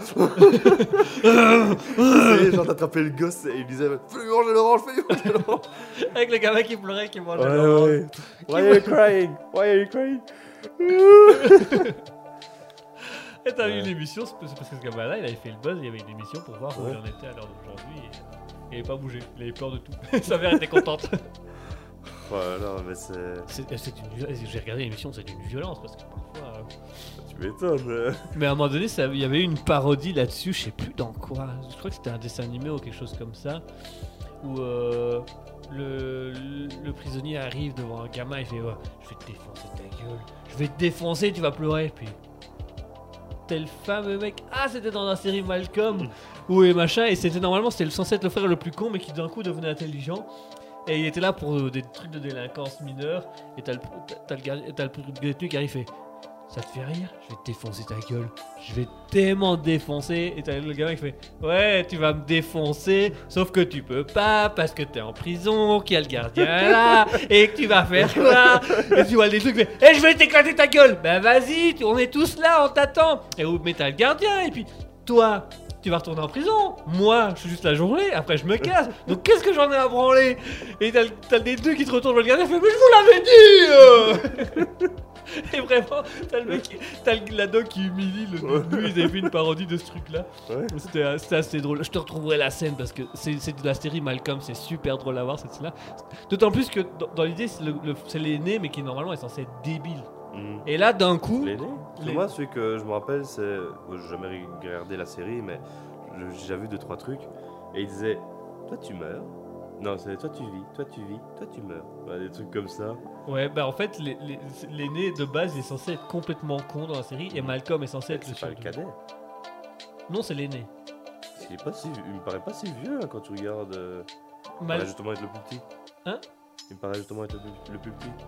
et genre d'attraper le gosse et il disait fais-lui manger l'orange, fais-lui manger l'orange. Avec le gamin qui pleurait, qui mangeait Ouais, l'orange. ouais. Why are you crying? Why are you crying? Et t'as Ouais. vu l'émission, c'est parce que ce gamin-là, il avait fait le buzz, il y avait une émission pour voir où Ouais. il en était à l'heure d'aujourd'hui. Et il avait pas bougé, il avait peur de tout. Sa mère était contente. Voilà, mais c'est. C'est, c'est une viol- J'ai regardé l'émission, c'est d'une violence parce que parfois. euh, Tu m'étonnes. euh. Mais à un moment donné, ça- il y avait eu une parodie là-dessus, je sais plus dans quoi. Je crois que c'était un dessin animé ou quelque chose comme ça. Où euh, le, le, le prisonnier arrive devant un gamin et fait ouais, je vais te défoncer ta gueule, je vais te défoncer, tu vas pleurer. Puis tel fameux mec, ah c'était dans la série Malcolm ou et machin, et c'était normalement c'était censé être le frère le plus con mais qui d'un coup devenait intelligent. Et il était là pour euh, des trucs de délinquance mineure. Et t'as le, t'as, t'as le, gar- t'as le détenu qui arrive et fait ça te fait rire? Je vais te défoncer ta gueule. Je vais tellement te défoncer. Et t'as le gamin qui fait ouais, tu vas me défoncer. Sauf que tu peux pas parce que t'es en prison, qu'il y a le gardien là. Et que tu vas faire quoi? Et tu vois des trucs, et hey, je vais t'éclater ta gueule. Ben vas-y, tu- on est tous là, on t'attend. Et où mais t'as le gardien. Et puis toi, tu vas retourner en prison. Moi, je suis juste la journée. Après, je me casse. Donc qu'est-ce que j'en ai à branler? Et t'as, le- t'as les deux qui te retournent vers le gardien et fait mais je vous l'avais dit. euh Et vraiment, t'as le mec, qui- t'as le- l'ado qui humilie le détenu. Ils avaient fait une parodie de ce truc-là. Ouais. C'était, c'était assez drôle. Je te retrouverai la scène parce que c'est, c'est de la série Malcolm. C'est super drôle à voir cette scène-là. D'autant plus que dans, dans l'idée, c'est, le, le- c'est l'aîné, mais qui normalement est censé être débile. Mm. Et là, d'un coup, L'aîné Parce que Les- moi, celui que je me rappelle, c'est. Bon, j'ai jamais regardé la série, mais je- j'ai déjà vu deux, trois trucs. Et il disait toi, tu meurs. Non, c'est toi, tu vis. Toi, tu vis. Toi, tu meurs. Ouais, des trucs comme ça. ouais, bah en fait, les- les- l'aîné de base il est censé être complètement con dans la série et Malcolm est censé être le C'est pas le surdoué. cadet. Non, c'est l'aîné. Il, est pas si... il me paraît pas si vieux hein, quand tu regardes. euh, Il me Mal- paraît justement être le plus petit. Hein Il me paraît justement être le plus, le plus petit.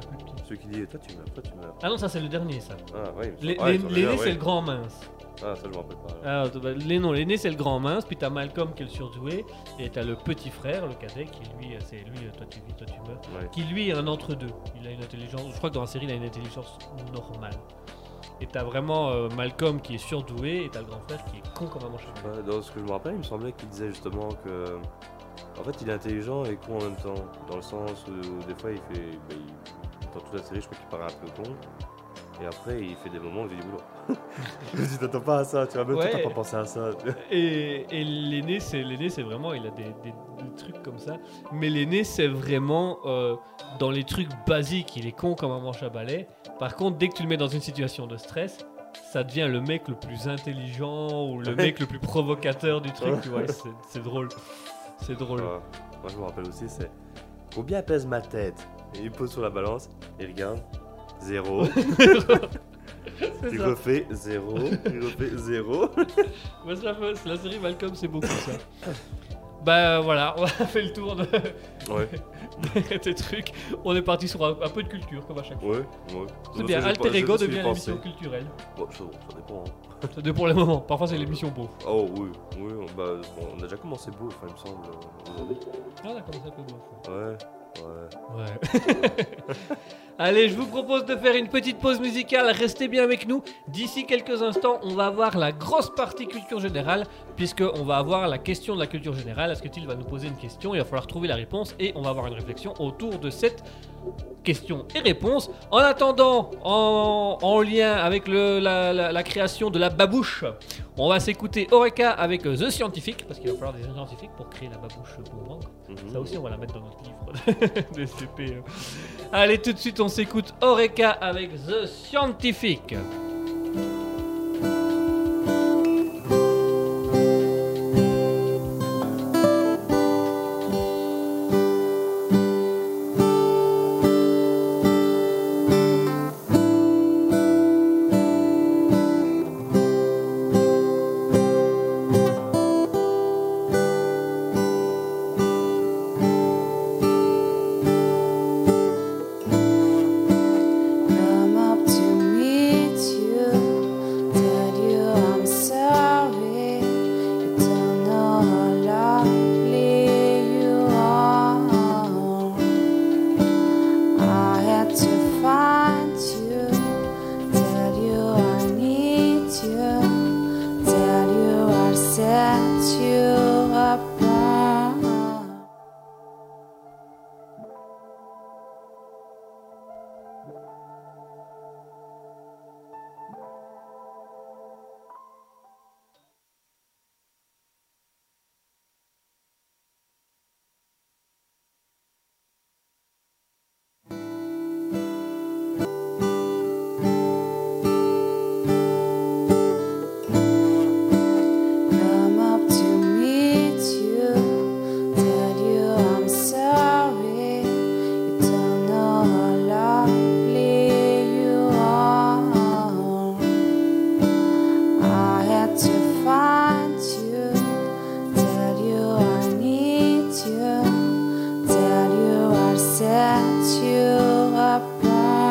plus petit. Celui qui dit toi tu meurs, toi tu meurs. Ah non, ça c'est le dernier, ça. Ah, ouais, il me L'ai- semble- ah, il me l'ai- semble L'aîné, bien, c'est ouais. le grand mince. Ah, ça je me rappelle pas. alors. Ah, bah, les- non, l'aîné c'est le grand mince, puis t'as Malcolm qui est le surdoué, et t'as le petit frère, le cadet, qui lui, euh, c'est lui, euh, toi tu vis, toi tu meurs, Ouais. qui lui est un entre-deux. Il a une intelligence, je crois que dans la série il a une intelligence normale. Et t'as vraiment euh, Malcolm qui est surdoué, et t'as le grand frère qui est con comme un manche à balai. Ouais, dans ce que je me rappelle, il me semblait qu'il disait justement que. En fait, il est intelligent et con en même temps. Dans le sens où, des fois, il fait. Bah, il- Dans toute la série, je crois qu'il paraît un peu con. Et après, il fait des moments où j'ai dit boulot. Je me dis, t'attends pas à ça, tu vois, même Ouais. toi, t'as pas pensé à ça. tu vois. Et, et l'aîné, c'est l'aîné, c'est vraiment, il a des, des- des trucs comme ça. Mais l'aîné, c'est vraiment euh, dans les trucs basiques, il est con comme un manche à balai. Par contre, dès que tu le mets dans une situation de stress, ça devient le mec le plus intelligent ou le Ouais. mec le plus provocateur du truc. Ouais. Tu vois, et c'est c'est drôle. C'est drôle. Ah, moi, je me rappelle aussi, c'est. Combien pèse ma tête? Et il pose sur la balance, il regarde. Zéro. C'est Il ça. refait zéro. Il refait zéro. Moi, c'est la, c'est la série Malcolm, c'est beaucoup ça. Bah voilà, on a fait le tour de, Ouais, de tes trucs. On est parti sur un, un peu de culture, comme à chaque fois. ouais, ouais. C'est Donc, bien, ça, j'ai Alter pas- Ego je- je suis devient pensé. l'émission culturelle. Bon, ça, ça dépend. Hein. Ça dépend pour les moments. Parfois, c'est l'émission beau. Oh oui, oui, on, bah, bon, on a déjà commencé beau, enfin, il me semble, euh, aujourd'hui. Ah, on a commencé un peu beau. Ouais, ouais. Ouais. Allez, je vous propose de faire une petite pause musicale. Restez bien avec nous. D'ici quelques instants, on va avoir la grosse partie culture générale, puisqu'on va avoir la question de la culture générale. Est-ce que Till va nous poser une question? Il va falloir trouver la réponse et on va avoir une réflexion autour de cette question et réponse. En attendant, en, en lien avec le- la, la- la création de la babouche, on va s'écouter Eureka avec euh, The Scientific, parce qu'il va falloir des scientifiques pour créer la babouche pour moi. Mhm. Ça aussi, on va la mettre dans notre livre de C P. euh. Allez, tout de suite, on s'écoute Eureka avec The Scientific. Come up to meet you, tell you I'm sorry. You don't know how lovely you are. I had to find you, tell you I need you, tell you I'll set you apart. Come up to meet you, tell you I'm sorry. You don't know how lovely you are. I had to find you, tell you I need you, tell you I'll set you apart.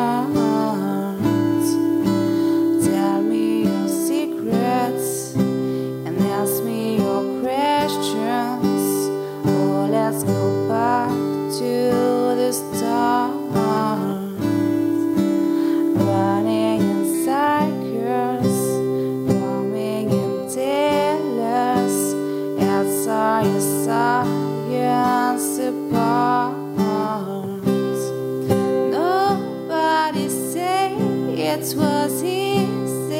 Tell me your secrets and ask me your questions. Oh, let's go back to the start. Running in circles, coming in tailors. It's all your science apart. Nobody say it was easy.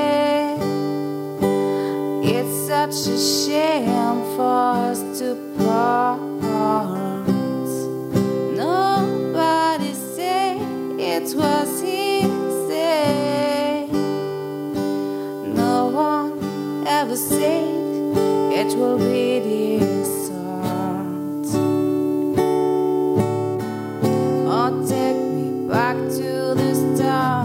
It's such a shame for us to part. Nobody say it was easy. No one ever said it will be this hard. Oh, take me back to the start.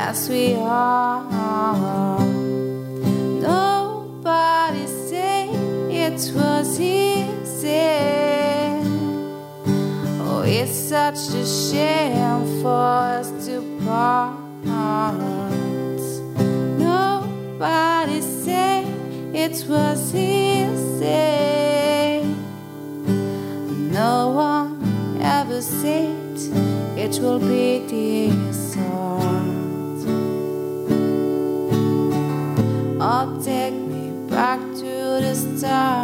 as we are. Nobody said it was easy. Oh, it's such a shame for us to part. Nobody said it was easy. No one ever said it will be this hard. Oh, take me back to the start.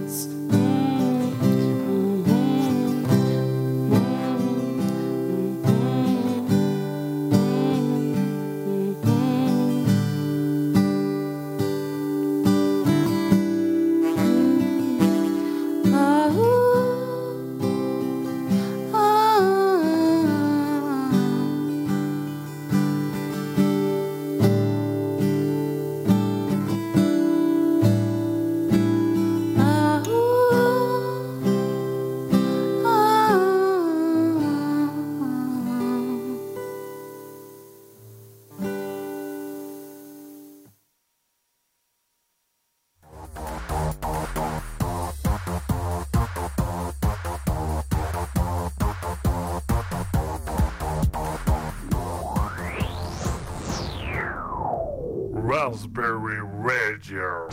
Raspberry Radio.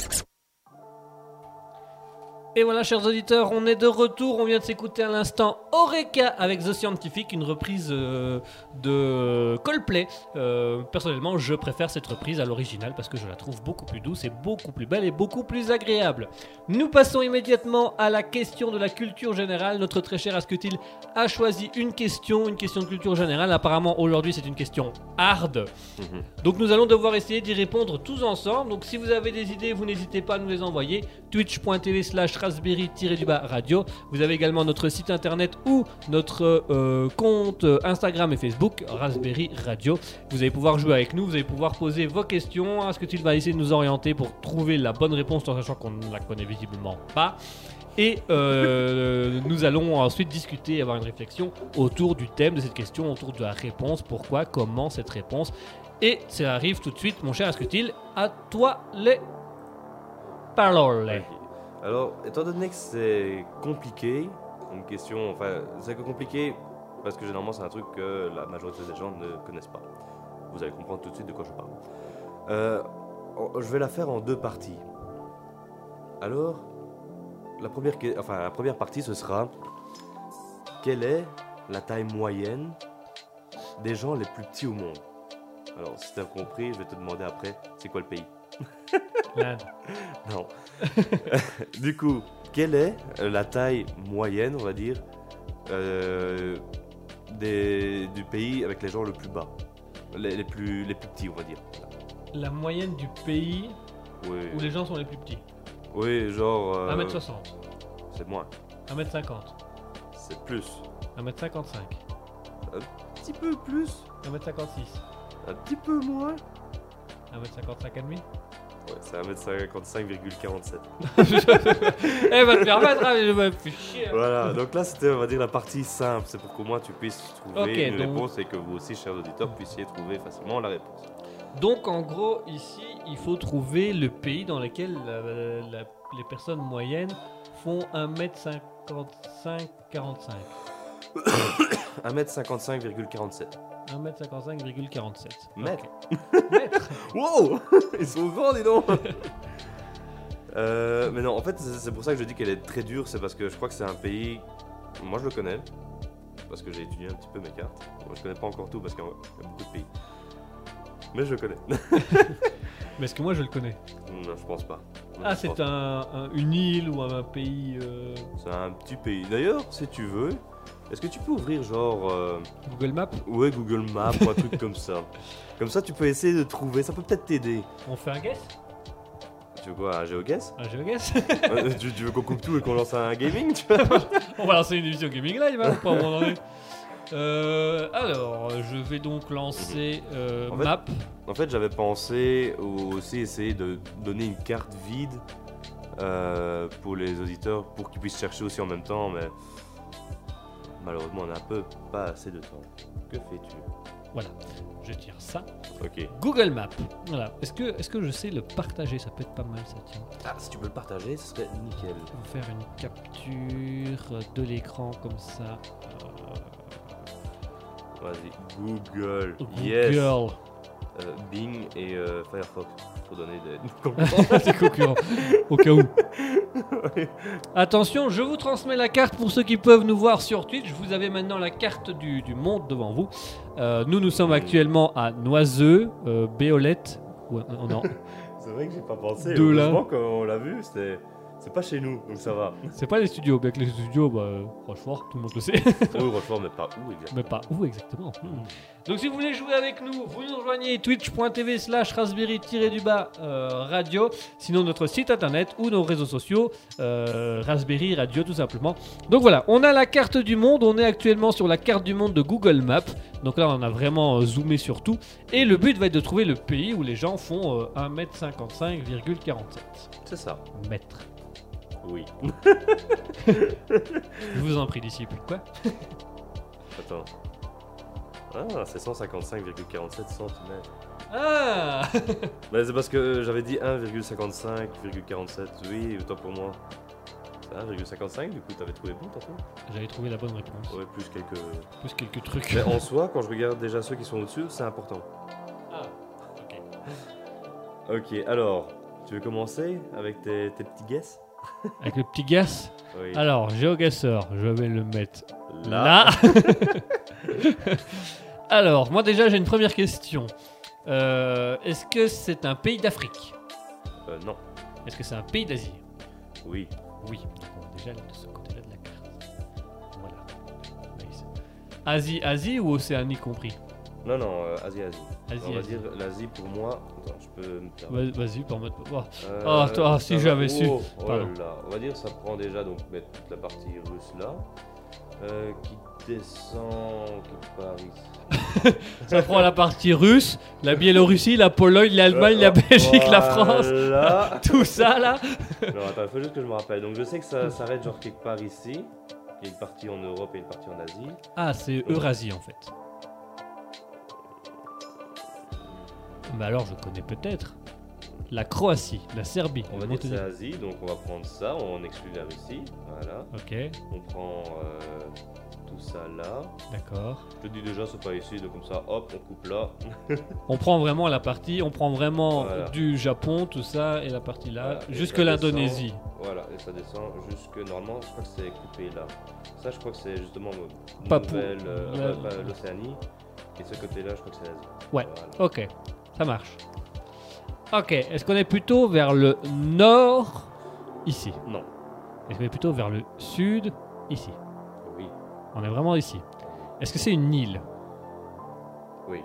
Et voilà, chers auditeurs, on est de retour. On vient de s'écouter à l'instant Eureka avec The Scientific, une reprise euh, de Coldplay. Euh, personnellement, je préfère cette reprise à l'original parce que je la trouve beaucoup plus douce et beaucoup plus belle et beaucoup plus agréable. Nous passons immédiatement à la question de la culture générale. Notre très cher Asketil a choisi une question, une question de culture générale. Apparemment, aujourd'hui, c'est une question hard. Mm-hmm. Donc, nous allons devoir essayer d'y répondre tous ensemble. Donc, si vous avez des idées, vous n'hésitez pas à nous les envoyer. twitch point t v slash raspberry-du-bas radio. Vous avez également notre site internet ou notre euh, compte Instagram et Facebook, Raspberry Radio. Vous allez pouvoir jouer avec nous, vous allez pouvoir poser vos questions. Est-ce que tu vas essayer de nous orienter pour trouver la bonne réponse, en sachant qu'on ne la connaît visiblement pas. Et euh, nous allons ensuite discuter et avoir une réflexion autour du thème de cette question, autour de la réponse, pourquoi, comment cette réponse. Et ça arrive tout de suite, mon cher Asketil, à toi les paroles. Alors, étant donné que c'est compliqué, une question, enfin, c'est compliqué parce que généralement c'est un truc que la majorité des gens ne connaissent pas. Vous allez comprendre tout de suite de quoi je parle. Euh, je vais la faire en deux parties. Alors, la première, enfin, la première partie ce sera: quelle est la taille moyenne des gens les plus petits au monde? Alors, si tu as compris, je vais te demander après, c'est quoi le pays? L'Inde. Non. Du coup, quelle est la taille moyenne, on va dire, euh, des, du pays avec les gens le plus bas, les, les, plus, les plus petits, on va dire. La moyenne du pays oui. où les gens sont les plus petits. Oui, genre... Euh, un mètre soixante. C'est moins. un mètre cinquante. C'est plus. un mètre cinquante-cinq. Un petit peu plus. un mètre cinquante-six. Un petit peu moins. un mètre cinquante-cinq et demi. Ouais, c'est un mètre cinquante-cinq virgule quarante-sept. Eh, va te permettre, hein, je me fais chier. Voilà, donc là c'était, on va dire, la partie simple. C'est pour qu'au moins tu puisses trouver okay, une donc... réponse et que vous aussi, chers auditeurs, puissiez trouver facilement la réponse. Donc en gros, ici, il faut trouver le pays dans lequel la, la, les personnes moyennes font un mètre cinquante-cinq quarante-cinq. un mètre cinquante-cinq virgule quarante-sept. un mètre cinquante-cinq virgule quarante-sept. Mètre. Okay. Mètre. Wow. Ils sont grands, dis donc. euh, Mais non, en fait, c'est pour ça que je dis qu'elle est très dure. C'est parce que je crois que c'est un pays... Moi, je le connais. Parce que j'ai étudié un petit peu mes cartes. Moi, je connais pas encore tout parce qu'il y a beaucoup de pays. Mais je le connais. Mais est-ce que moi, je le connais? Non, je pense pas. Non, ah, je c'est pense un, un, une île ou un pays... Euh... C'est un petit pays. D'ailleurs, si tu veux... Est-ce que tu peux ouvrir genre... Euh... Google Maps? Ouais, Google Maps ou un truc comme ça. Comme ça, tu peux essayer de trouver. Ça peut peut-être t'aider. On fait un guess? Tu veux quoi, un GeoGuess? Un GeoGuess? euh, tu, tu veux qu'on coupe tout et qu'on lance un gaming, tu vois? On va lancer une émission gaming live, hein, pour un moment donné. Euh, alors, je vais donc lancer euh, en fait, Map. En fait, j'avais pensé aussi essayer de donner une carte vide euh, pour les auditeurs, pour qu'ils puissent chercher aussi en même temps, mais... Malheureusement, on n'a un peu pas assez de temps. Que fais-tu? Voilà, je tire ça. Ok. Google Maps. Voilà. Est-ce que, est-ce que je sais le partager? Ça peut être pas mal, ça, tiens. Ah, si tu peux le partager, ce serait nickel. On va faire une capture de l'écran comme ça. Vas-y, Google. Euh, Yes. Google. Euh, Bing et euh, Firefox pour donner des C'est concurrent, au cas où. Attention, je vous transmets la carte pour ceux qui peuvent nous voir sur Twitch. Vous avez maintenant la carte du, du monde devant vous. Euh, nous, nous sommes actuellement à Noiseux, euh, Béolette. Ouais, on est en- C'est vrai que j'ai pas pensé. De là. Heureusement qu'on l'a vu, c'était... c'est pas chez nous, donc ça va. C'est pas les studios, bien que les studios, bah, euh, franchement, tout le monde le sait. Oui, franchement, mais pas où exactement. Mais pas où exactement. Hmm. Donc si vous voulez jouer avec nous, vous nous rejoignez twitch.tv slash raspberry-du-bas euh, radio. Sinon notre site internet ou nos réseaux sociaux, euh, Raspberry Radio tout simplement. Donc voilà, on a la carte du monde. On est actuellement sur la carte du monde de Google Maps. Donc là on a vraiment euh, zoomé sur tout. Et le but va être de trouver le pays où les gens font euh, un mètre cinquante-cinq virgule quarante-sept C'est ça. mètres. Oui. Je vous en prie disciple. Quoi? Attends. Ah, c'est cent cinquante-cinq virgule quarante-sept centimètres. Ah. Bah, c'est parce que j'avais dit un virgule cinquante-cinq virgule quarante-sept. Oui, autant pour moi. C'est un virgule cinquante-cinq, du coup, t'avais trouvé bon, tantôt? J'avais trouvé la bonne réponse. Ouais, plus quelques... Plus quelques trucs. Mais en soi, quand je regarde déjà ceux qui sont au-dessus, c'est important. Ah, ok. Ok, alors, tu veux commencer avec tes, tes petits guesses? Avec le petit gas. Oui. Alors, GeoGuessr, je vais le mettre Là. là. Alors, moi déjà, j'ai une première question. Euh, Est-ce que c'est un pays d'Afrique? Euh, non. Est-ce que c'est un pays d'Asie? Oui. Oui. Donc, on va déjà aller de ce côté-là de la carte. Voilà. Nice. Asie, Asie ou Océanie compris? Non, non, euh, Asie, Asie. Asie, On va Asie. dire l'Asie pour moi. Attends, je peux me faire. Vas- Vas-y, pour mettre. Oh. Euh, Ah, toi, si ça j'avais va- su. Oh, oh Pardon. là là. On va dire ça prend déjà donc mettre toute la partie russe là, euh, qui descend quelque part ici. Ça prend la partie russe, la Biélorussie, la Pologne, l'Allemagne, la Belgique, la France. Voilà. Tout ça là. Non, attends, il faut juste que je me rappelle. Donc je sais que ça s'arrête genre quelque part ici. Il y a une partie en Europe et une partie en Asie. Ah, c'est Eurasie en fait. Bah alors je connais peut-être. La Croatie, la Serbie, On le va dire que c'est Monténégro. Asie, donc on va prendre ça, on exclut la Russie. Voilà. Ok, On prend euh, tout ça là. d'accord. Je te dis déjà, c'est pas ici, donc comme ça, hop, on coupe là. On prend vraiment la partie, on prend vraiment Voilà. du Japon, tout ça, et la partie là, Voilà, et jusque ça l'Indonésie. descend, Voilà, et ça descend jusque. Normalement, je crois que c'est coupé là. Ça, je crois que c'est justement euh, Papou- Nouvelle, euh, la- euh, pas l'Océanie. Et ce côté-là, je crois que c'est l'Asie. Ouais. Voilà. Ok, ça marche. Ok, est-ce qu'on est plutôt vers le nord, ici? Non. Est-ce qu'on est plutôt vers le sud, ici? Oui. On est vraiment ici. Est-ce que c'est une île? Oui.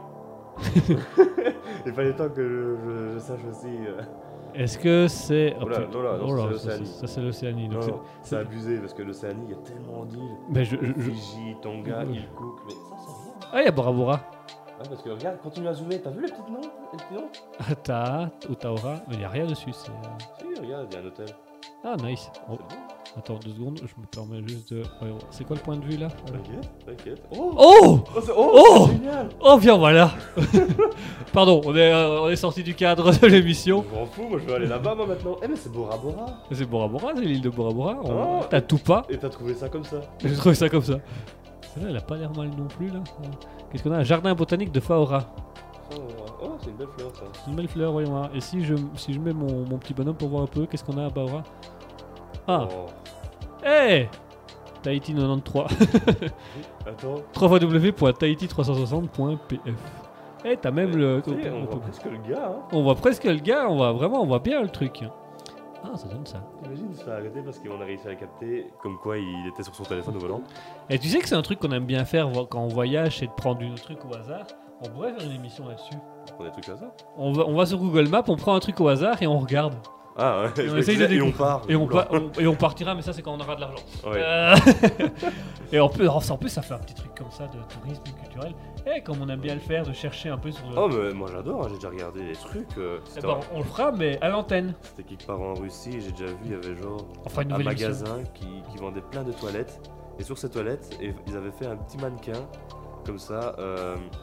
Il fallait temps que je, je- je sache aussi. euh. Est-ce que c'est... Oh là, putain. oh là, non, Oh là, c'est ça, l'Océanie. ça, c'est l'Océanie. donc Non, c'est- non, c'est abusé parce que l'Océanie, il y a tellement d'îles. Mais je, je- je- Fiji, Tonga, Oui. île Cook. Mais ça, c'est rien. Ah, il y a Bora Bora. Ouais, parce que regarde, continue à zoomer. T'as vu les petits noms Les petits noms Ta, ou Taora. Mais il n'y a rien dessus. C'est... euh, Si, regarde, il y a un hôtel. Ah, nice. Oh, C'est bon. attends deux secondes, je me permets juste de... ouais, ouais. C'est quoi le point de vue là? Voilà. T'inquiète, t'inquiète. Oh Oh Oh, c'est oh, Oh c'est génial. Oh, bien voilà. Pardon, on est, euh, on est sorti du cadre de l'émission. Je m'en fous, moi je veux aller là-bas moi maintenant. Eh mais c'est Bora Bora. C'est Bora Bora, c'est l'île de Bora Bora. On... Oh. T'as tout pas. Et t'as trouvé ça comme ça? J'ai trouvé ça comme ça. Celle-là, elle a pas l'air mal non plus là. Qu'est-ce qu'on a? Un jardin botanique de Faora. Oh, oh, c'est une belle fleur ça. C'est une belle fleur, voyons voir. Et si je, si je mets mon, mon petit bonhomme pour voir un peu, qu'est-ce qu'on a à Faora? Ah, Oh. hey Tahiti quatre-vingt-treize. Attends. w w w point tahiti trois cent soixante point p f. Eh, t'as même le... Ça y est, on voit presque le gars. Hein. On voit presque le gars, on voit vraiment, on voit bien le truc. Ah, ça donne ça. Imagine, ça a arrêté parce qu'on a réussi à le capter. Comme quoi il était sur son téléphone au volant. Et tu sais que c'est un truc qu'on aime bien faire vo- quand on voyage, c'est de prendre un truc au hasard. On pourrait faire une émission là-dessus. On a des trucs comme ça. On va, on va sur Google Maps, on prend un truc au hasard et on regarde. Ah ouais, Et je on me essaye de disais, et on découvrir. part. Et on, Oula. pa- on- et on partira, mais ça c'est quand on aura de l'argent. Ouais. Euh, et en plus, en plus, ça fait un petit truc comme ça de tourisme culturel. Et comme on aime bien le faire, de chercher un peu sur le. Oh mais moi j'adore, hein, j'ai déjà regardé des trucs. euh, Eh C'était ben, on le fera, mais à l'antenne. c'était quelque part en Russie et j'ai déjà vu, il y avait genre Enfin, une un nouvelle émission. magasin qui, qui vendait plein de toilettes. Et sur ces toilettes, et- ils avaient fait un petit mannequin comme ça. euh,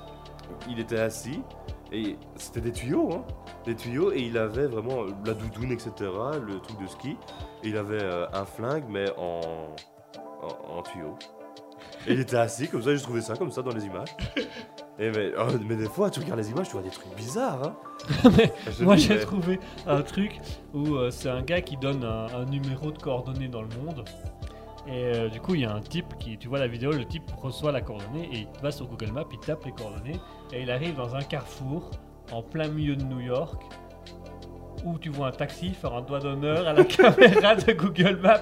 il était assis et c'était des tuyaux, hein, des tuyaux et il avait vraiment la doudoune, et cetera, le truc de ski. Et il avait euh, un flingue mais en, en, en tuyau. Et il était assis comme ça, j'ai trouvé ça comme ça dans les images. Et mais, oh, mais des fois, tu regardes les images, tu vois des trucs bizarres. Hein. Mais Je te moi, dis, j'ai mais- trouvé un truc où euh, c'est un gars qui donne un, un numéro de coordonnées dans le monde. Et euh, du coup, il y a un type qui, tu vois la vidéo, le type reçoit la coordonnée et il va sur Google Maps, il tape les coordonnées et il arrive dans un carrefour en plein milieu de New York où tu vois un taxi faire un doigt d'honneur à la caméra de Google Maps.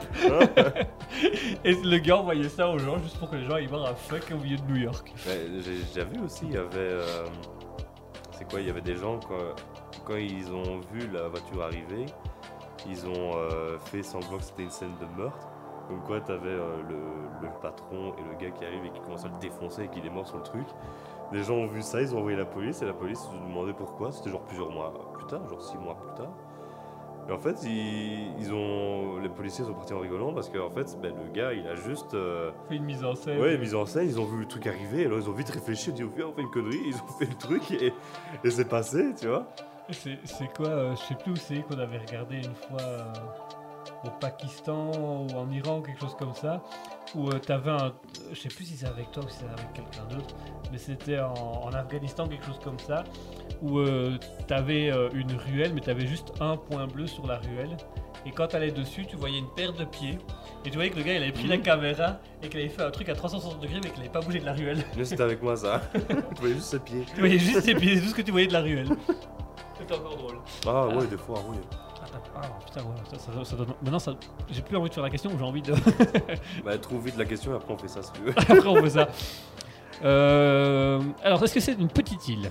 Et le gars envoyait ça aux gens juste pour que les gens aillent voir un fuck au milieu de New York. Ouais, j'ai déjà vu aussi, il y avait. euh, c'est quoi? Il y avait des gens, quand, quand ils ont vu la voiture arriver, ils ont euh, fait semblant que c'était une scène de meurtre. Comme quoi, t'avais euh, le, le patron et le gars qui arrive et qui commence à le défoncer et qu'il est mort sur le truc. Les gens ont vu ça, ils ont envoyé la police et la police se demandait pourquoi. C'était genre plusieurs mois plus tard, genre six mois plus tard. Et en fait, ils, ils ont, les policiers sont partis en rigolant parce qu'en fait, ben, le gars, il a juste. euh, Fait une mise en scène. Ouais, mise en scène, ils ont vu le truc arriver, et alors ils ont vite réfléchi, ils ont dit, on fait une connerie, ils ont fait le truc, et, et c'est passé, tu vois. C'est c'est quoi, euh, je sais plus où c'est qu'on avait regardé une fois euh, au Pakistan ou en Iran, quelque chose comme ça, où euh, t'avais un, je sais plus si c'est avec toi ou si c'est avec quelqu'un d'autre, mais c'était en, en Afghanistan, quelque chose comme ça, où euh, t'avais euh, une ruelle, mais t'avais juste un point bleu sur la ruelle, et quand t'allais dessus, tu voyais une paire de pieds, et tu voyais que le gars il avait pris la caméra et qu'il avait fait un truc à trois cent soixante degrés, mais qu'il avait pas bougé de la ruelle. Mais c'était avec moi ça. Tu voyais juste ses pieds. Tu voyais juste ses pieds, c'est tout ce que tu voyais de la ruelle. C'était encore drôle. Ah ouais, des fois, oui. Ah putain, ouais, ça, ça- ça donne- maintenant ça, j'ai plus envie de faire la question, j'ai envie de. Bah, trouve vite la question, et après on fait ça si tu veux. Après on fait ça. Euh, alors, est-ce que c'est une petite île?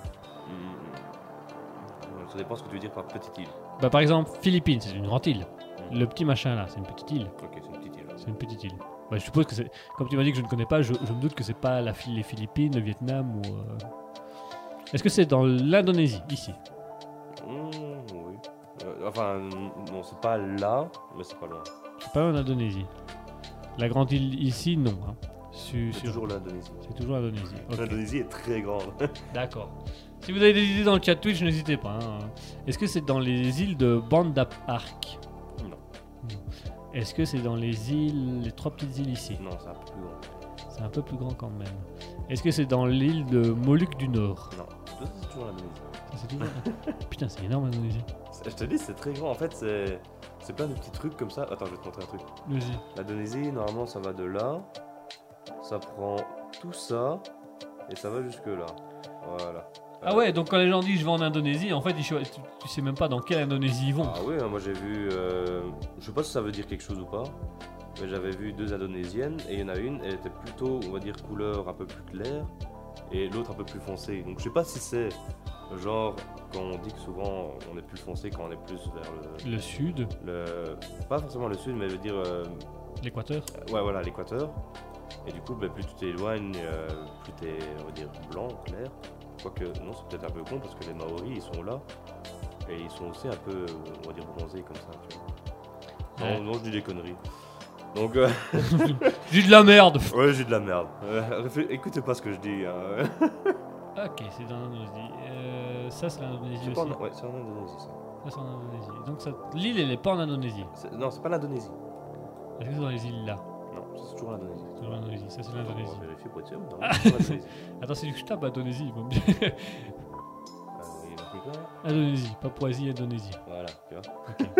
Hmm. Ça dépend ce que tu veux dire par petite île. Bah, par exemple, Philippines, c'est une grande île. Le petit machin là, c'est une petite île. Ok, c'est une petite île. C'est une petite île. Bah, je suppose que c'est. Comme tu m'as dit que je ne connais pas, je, je me doute que c'est pas la, Phil- les Philippines, le Vietnam ou. euh, Est-ce que c'est dans l'Indonésie, ici? Hmm, oui. Euh, enfin, non, c'est pas là, mais c'est pas loin. C'est pas en Indonésie. La grande île ici, non. Hein. Su- C'est sur- toujours l'Indonésie. C'est toujours l'Indonésie. Ok. L'Indonésie est très grande. D'accord. Si vous avez des idées dans le chat Twitch, n'hésitez pas. hein. Est-ce que c'est dans les îles de Banda Park? Non. Est-ce que c'est dans les îles, les trois petites îles ici? Non, c'est un peu plus grand. C'est un peu plus grand quand même. Est-ce que c'est dans l'île de Moluques du Nord? Non, tout ça, c'est toujours l'Indonésie. Ça, c'est toujours... Putain, c'est énorme l'Indonésie. C'est- Je te dis, c'est très grand. En fait, c'est c'est plein de petits trucs comme ça. Attends, je vais te montrer un truc. Vas-y. L'Indonésie, normalement, ça va de là. Ça prend tout ça. Et ça va jusque là. Voilà. Ah ouais, donc quand les gens disent je vais en Indonésie, en fait, ils cho- tu, tu sais même pas dans quelle Indonésie ils vont. Ah oui, hein, moi j'ai vu. euh, je sais pas si ça veut dire quelque chose ou pas. Mais j'avais vu deux indonésiennes. Et il y en a une, elle était plutôt, on va dire, couleur un peu plus claire. Et l'autre un peu plus foncée. Donc je sais pas si c'est genre quand on dit que souvent on est plus foncé quand on est plus vers le. Le sud, le pas forcément le sud, mais je veux dire. euh, l'équateur. Ouais, voilà, l'équateur. Et du coup, bah, plus tu t'éloignes, euh, plus t'es, on va dire, blanc, clair. Quoique, non, c'est peut-être un peu con parce que les Maoris, ils sont là. Et ils sont aussi un peu, euh, on va dire, bronzés comme ça, tu vois. Ouais. Non, non, je dis des conneries. Donc, euh, J'ai de la merde. ouais, j'ai de la merde. Euh, réfl- écoutez pas ce que je dis. Hein. Ok, c'est dans l'Indonésie. Euh, ça, c'est l'Indonésie C'est aussi. pas en- ouais, c'est en Indonésie, ça. Ça, c'est en Indonésie. Donc ça... l'île, elle est pas en Indonésie. C'est- Non, c'est pas l'Indonésie. Est-ce que c'est dans les îles là? Non, ça, c'est toujours l'Indonésie. C'est dans l'Indonésie. Ça, c'est On l'Indonésie. va vérifier pour être sûr. mais normalement, c'est l'Indonésie. Attends, c'est que je tape Indonésie. ils vont me dire. Ah, il y en a plus qu'un. Indonésie, Papouasie, Indonésie. Voilà, tu vois.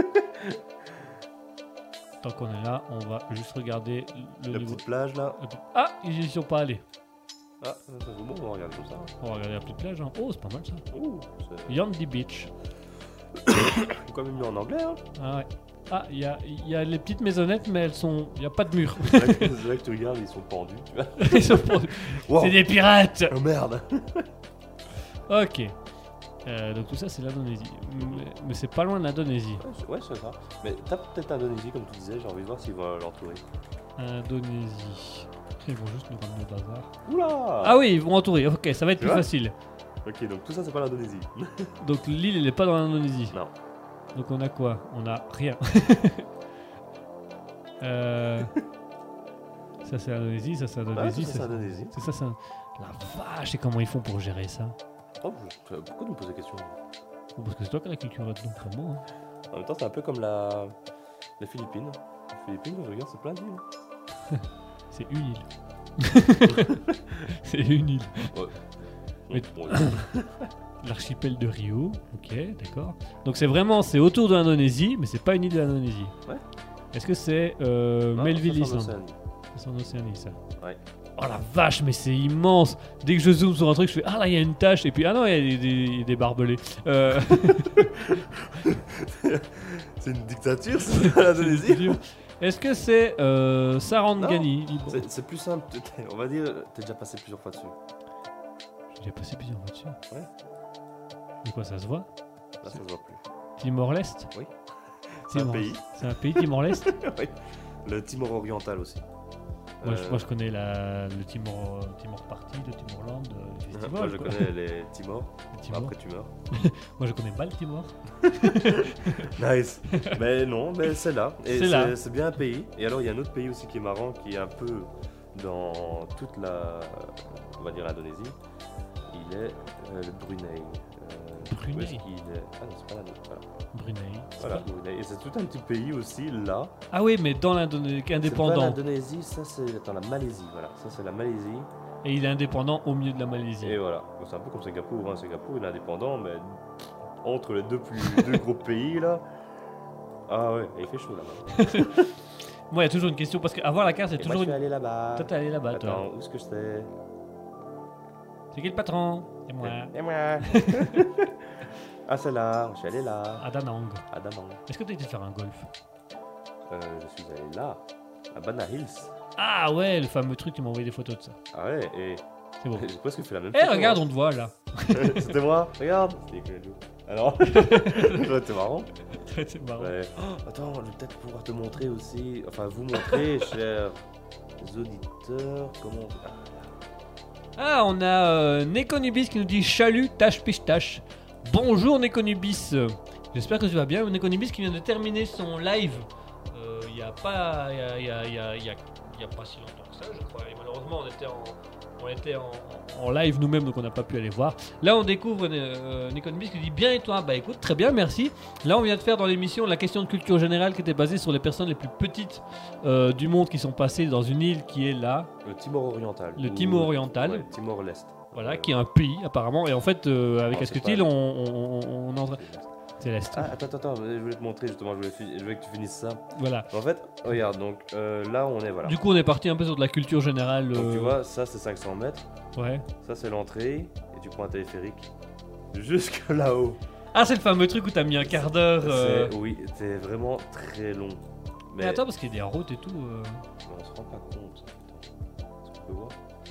Tant qu'on est là, on va juste regarder le La niveau. petite plage là. Ah, ils y sont pas allés. Ah, ça vaut bon, on va regarder tout ça. On va regarder la petite plage. Hein. Oh, c'est pas mal ça. Ouh, c'est Yandy Beach. quand même mis en anglais, hein. Ah ouais. Ah, il y a, il y a les petites maisonnettes, mais elles sont. Il n'y a pas de mur. C'est là que- c'est là que tu regardes, ils sont pendus, tu vois. Ils sont pas- Wow. C'est des pirates. Oh merde. Ok. Euh, donc tout ça, c'est l'Indonésie. Mais, mais c'est pas loin de l'Indonésie. Ouais, c'est- ouais, c'est ça. Mais t'as peut-être Indonésie, comme tu disais, j'ai envie de voir s'ils vont l'entourer. Indonésie. Ils vont juste nous ramener au bazar. Oula. Ah oui, ils vont entourer. Ok, ça va être Tu plus vois facile. Ok, donc tout ça, c'est pas l'Indonésie. Donc l'île, elle est pas dans l'Indonésie. Non. Donc on a quoi? On a rien. euh... Ça c'est l'Indonésie, ça c'est Ah, l'Indonésie. ça, c'est ça, l'Indonésie. c'est ça, c'est un- La vache, et comment ils font pour gérer ça? Oh, je- pourquoi tu me poses la question? Oh, parce que c'est toi qui as la culture là-dedans, pas moi. hein. En même temps, c'est un peu comme la... les Philippines. Les Philippines, quand je regarde, c'est plein d'îles. C'est une île. C'est une île. Ouais. Mais- Bon, L'archipel de Rio, ok, d'accord. Donc c'est vraiment, c'est autour de l'Indonésie, mais c'est pas une île de l'Indonésie. Ouais. Est-ce que c'est euh, non, Melville ça, c'est en Island? Océanie. C'est en Océanie, ça. Ouais. Oh la vache, mais c'est immense. Dès que je zoome sur un truc, je fais ah là il y a une tache et puis ah non il y a des, des, des barbelés. Euh, C'est une dictature, c'est l'Indonésie. Est-ce que c'est euh, Sarangani? C'est c'est plus simple, t'es- on va dire, t'es déjà passé plusieurs fois dessus. J'ai déjà passé plusieurs fois dessus. Ouais. Mais quoi, ça se voit? Là, ça se voit plus. Timor-Leste? Oui. C'est un Timor- pays. C'est un pays, Timor-Leste? Oui. Le Timor oriental aussi. Moi, je, Euh, moi, je connais la, le Timor, euh, Timor Party, le Timorland, euh, le festival. Moi, je quoi. connais les Timor. Le Timor. Après, tu meurs. Moi, je connais pas le Timor. Nice. Mais non, mais c'est là. Et C'est là. c'est c'est bien un pays. Et alors, il y a un autre pays aussi qui est marrant, qui est un peu dans toute la, on va dire l'Indonésie. Il est euh, le Brunei. Euh, Brunei. où est-ce qu'il est Ah non, c'est pas l'Indonésie. Voilà. Brunei. c'est Voilà, pas- Brunei. Et c'est tout un petit pays aussi là. Ah oui, mais dans l'Indonésie, C'est pas indépendant. l'Indonésie, ça c'est attends, la Malaisie. Voilà, ça c'est la Malaisie. Et il est indépendant au milieu de la Malaisie. Et voilà, donc c'est un peu comme Singapour. Hein. Singapour, il est indépendant, mais entre les deux plus deux gros pays là. Ah ouais, et il fait chaud là-bas. Moi, il y a toujours une question parce qu'avoir la carte, c'est Et moi, toujours je suis une. allé là-bas. Toi, t'es allé là-bas, toi. Attends, où est-ce que j'étais C'est qui le patron? C'est moi. Et moi Ah, c'est là, je suis allé là, À Da Nang. à Danang. Est-ce que t'as été faire un golf? Euh, je suis allé là, à Banana Hills. Ah ouais, le fameux truc, tu m'as envoyé des photos de ça. Ah ouais, et C'est beau. j'ai presque fait la même Eh, photo, regarde, hein. on te voit là. C'était moi, regarde. C'était que nous. Alors, ouais, t'es marrant. C'est marrant. Ouais. Oh, attends, je vais peut-être pouvoir te montrer aussi, enfin vous montrer, chers auditeurs, comment. Ah, Ah, on a euh, Nekonubis qui nous dit chalut, tâche, pistache. Bonjour Nekonubis. J'espère que tu vas bien. Nekonubis qui vient de terminer son live. Euh, Il n'y a pas, il y a, il y a- il y a- il y a- il y a pas si longtemps que ça, je crois. Et malheureusement, on était en, on était en, en live nous-mêmes, donc on n'a pas pu aller voir. Là, on découvre euh, Nekonubis qui dit bien et toi. Bah écoute, très bien, merci. Là, on vient de faire dans l'émission la question de culture générale qui était basée sur les personnes les plus petites euh, du monde qui sont passées dans une île qui est là. Le Timor oriental. Le ou- Timor oriental. Ouais, Timor l'Est. Voilà, qui est un pays apparemment. Et en fait, euh, avec Non, c'est Asketil, pas- on, on, on, on est en train- C'est l'Est. Ah, attends, attends, attends, je voulais te montrer justement, je voulais, fi- je voulais que tu finisses ça. Voilà. En fait, regarde, donc euh, là on est, voilà. Du coup, on est parti un peu sur de la culture générale. Donc euh, tu vois, ça c'est cinq cents mètres, Ouais. ça c'est l'entrée, et tu prends un téléphérique jusque là-haut. Ah, c'est le fameux truc où t'as mis un quart d'heure. euh, C'est- Oui, c'est vraiment très long. Mais attends, parce qu'il y a des routes et tout. euh. mais on se rend pas compte. Attends, est-ce qu'on peut voir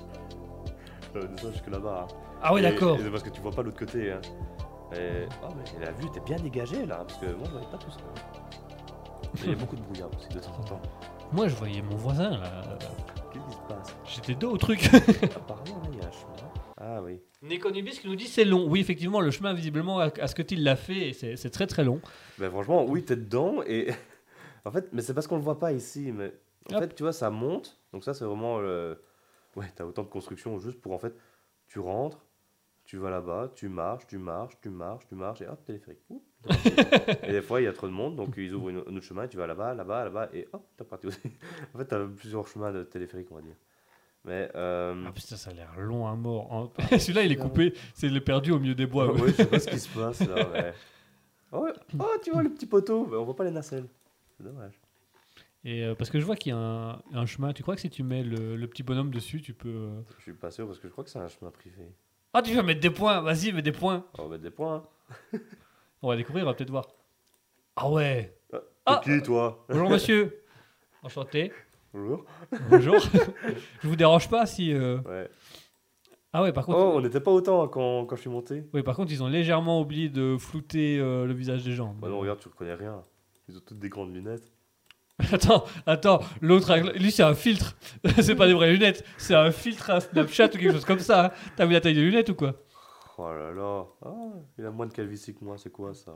euh, ça jusque là-bas. hein. Ah, oui, Et- d'accord. et c'est parce que tu vois pas l'autre côté. Hein. Et... Oh, mais la vue était bien dégagée là, parce que moi je voyais pas tout ça. Mais il y a beaucoup de brouillard aussi de temps en temps. Moi, je voyais mon voisin là. Qu'est-ce qui se passe J'étais dos au truc. Apparemment là il y a un chemin. Ah oui. Nekonubis qui nous dit c'est long. Oui, effectivement, le chemin, visiblement, Asketil l'a fait et c'est c'est très très long. Ben franchement, oui, t'es dedans et en fait, mais c'est parce qu'on le voit pas ici. Mais en Hop. fait, tu vois, ça monte. Donc ça, c'est vraiment le. Ouais, t'as autant de construction juste pour en fait, tu rentres, tu vas là-bas, tu marches, tu marches, tu marches, tu marches et hop, téléphérique. Ouh, et des fois, il y a trop de monde, donc ils ouvrent une- un autre chemin. Et tu vas là-bas, là-bas, là-bas et hop, t'es parti aussi. En fait, t'as plusieurs chemins de téléphérique, on va dire. Mais euh... Ah putain, ça a l'air long à mort. hein. Celui-là, il est coupé. C'est le perdu au milieu des bois. ouais, je sais pas ce qui se passe là. Ouais. Oh, ouais. Oh, tu vois le petit poteau, mais on voit pas les nacelles. C'est dommage. Et euh, parce que je vois qu'il y a un, un chemin. Tu crois que si tu mets le, le petit bonhomme dessus, tu peux. euh, Je suis pas sûr parce que je crois que c'est un chemin privé. Ah, tu vas mettre des points. Vas-y, mets des points. On va mettre des points. hein. On va découvrir, on va peut-être voir. Ah ouais. Ah, T'es Ah. qui toi Bonjour monsieur. Enchanté. Bonjour. Bonjour. Je vous dérange pas si. euh, Ouais. Ah ouais, par contre. Oh, on n'était pas autant hein, quand, quand je suis monté. Oui, par contre, ils ont légèrement oublié de flouter euh, le visage des gens. Bah non, regarde, tu reconnais rien. Ils ont toutes des grandes lunettes. Attends, attends, l'autre, avec- lui c'est un filtre, c'est pas des vraies lunettes, c'est un filtre à Snapchat ou quelque chose comme ça. hein. T'as vu la taille des lunettes ou quoi? Oh là là. Ah, il a moins de calvitie que moi, c'est quoi ça?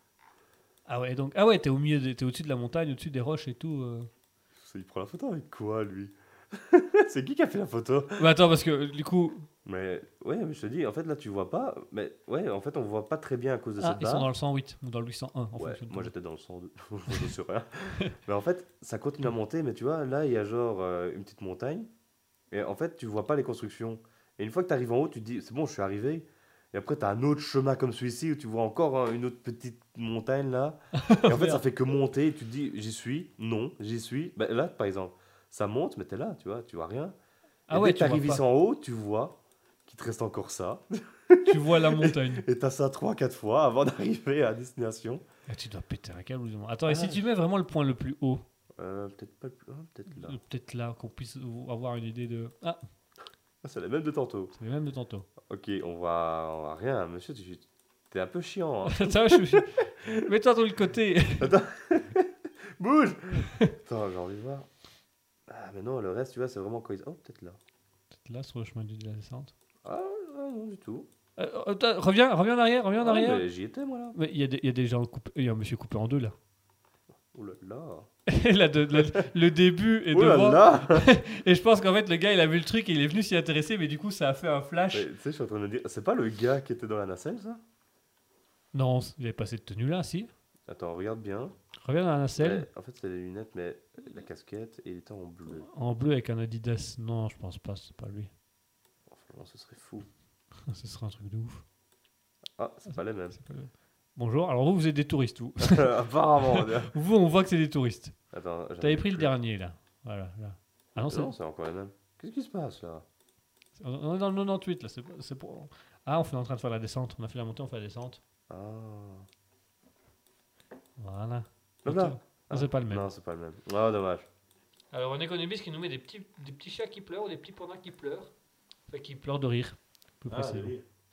Ah ouais, donc, ah ouais, t'es au milieu, de- t'es au-dessus de la montagne, au-dessus des roches et tout. euh. Il prend la photo avec quoi lui? C'est qui qui a fait la photo? Mais attends, parce que du coup. Mais ouais, mais je te dis, en fait, là, tu vois pas. Mais ouais, en fait, on voit pas très bien à cause de Ah, cette ils sont barre. dans le cent huit ou dans le huit cent un. En Ouais, fonction de moi ton- j'étais dans le cent deux, je sais rien. Mais en fait, ça continue à monter, mais tu vois, là, il y a genre euh, une petite montagne. Et en fait, tu vois pas les constructions. Et une fois que tu arrives en haut, tu te dis, c'est bon, je suis arrivé. Et après, tu as un autre chemin comme celui-ci où tu vois encore hein, une autre petite montagne là. Et en fait, ça fait que monter. Et tu te dis, j'y suis. Non, j'y suis. Ben, là, par exemple, ça monte, mais tu es là, tu vois, tu vois rien. Ah et ouais, dès tu que vois arrives pas. ici en haut, tu vois qu'il te reste encore ça. Tu vois la montagne. Et tu as ça trois quatre fois avant d'arriver à destination. Ah, tu dois péter un câble. ou du moins. Attends, et si Ah. tu mets vraiment le point le plus haut, Euh, peut-être pas le plus. ah, peut-être là. euh, peut-être là, qu'on puisse avoir une idée de. Ah, Ah, c'est la même de tantôt. c'est les mêmes de tantôt. Ok, on va, on va rien, monsieur, tu es un peu chiant. Hein. Attends, je suis. Mets-toi sur le côté. Bouge. Attends, j'ai envie de voir. Ah, mais non, le reste, tu vois, c'est vraiment quand ils. Oh, peut-être là. Peut-être là, sur le chemin de la descente. Ah, ah, non, du tout. Euh, attends, reviens, reviens en arrière, reviens en Ah, arrière. mais j'y étais, moi, là. Mais il y, a des- il y a des gens coupés. Il y a un monsieur coupé en deux là. Oh là là. Et là, de- le, le début est Oh là devant. là. Et je pense qu'en fait, le gars, il a vu le truc et il est venu s'y intéresser, mais du coup, ça a fait un flash. Mais, tu sais, je suis en train de me dire, c'est pas le gars qui était dans la nacelle, ça? Non, il avait pas cette tenue-là, si. Attends, regarde bien. Reviens dans la nacelle. Ouais, en fait, c'est les lunettes, mais la casquette, et il était en bleu. En bleu avec un Adidas. Non, je pense pas, c'est pas lui. Franchement, ce serait fou. Ce serait un truc de ouf. Ah, c'est pas les mêmes. C'est pas le- Bonjour, alors vous, vous êtes des touristes, vous. Apparemment. Vous, on voit que c'est des touristes. Attends, j'en ai T'avais pris le plus. dernier, là. Voilà, là. Ah non, c'est Non, c'est encore les mêmes. Qu'est-ce qui se passe, là? on est dans le quatre-vingt-dix-huit, là. C'est pas- c'est pour... Ah, on est en train de faire la descente. On a fait la montée, on fait la descente. Ah. Voilà. Là, là. Non, c'est pas le même. Non, c'est pas le même. Ah, dommage. Alors, un économiste qui nous met des petits, des petits chats qui pleurent ou des petits pandas qui pleurent. Enfin, qui pleurent de rire. Plus Ah, précisément.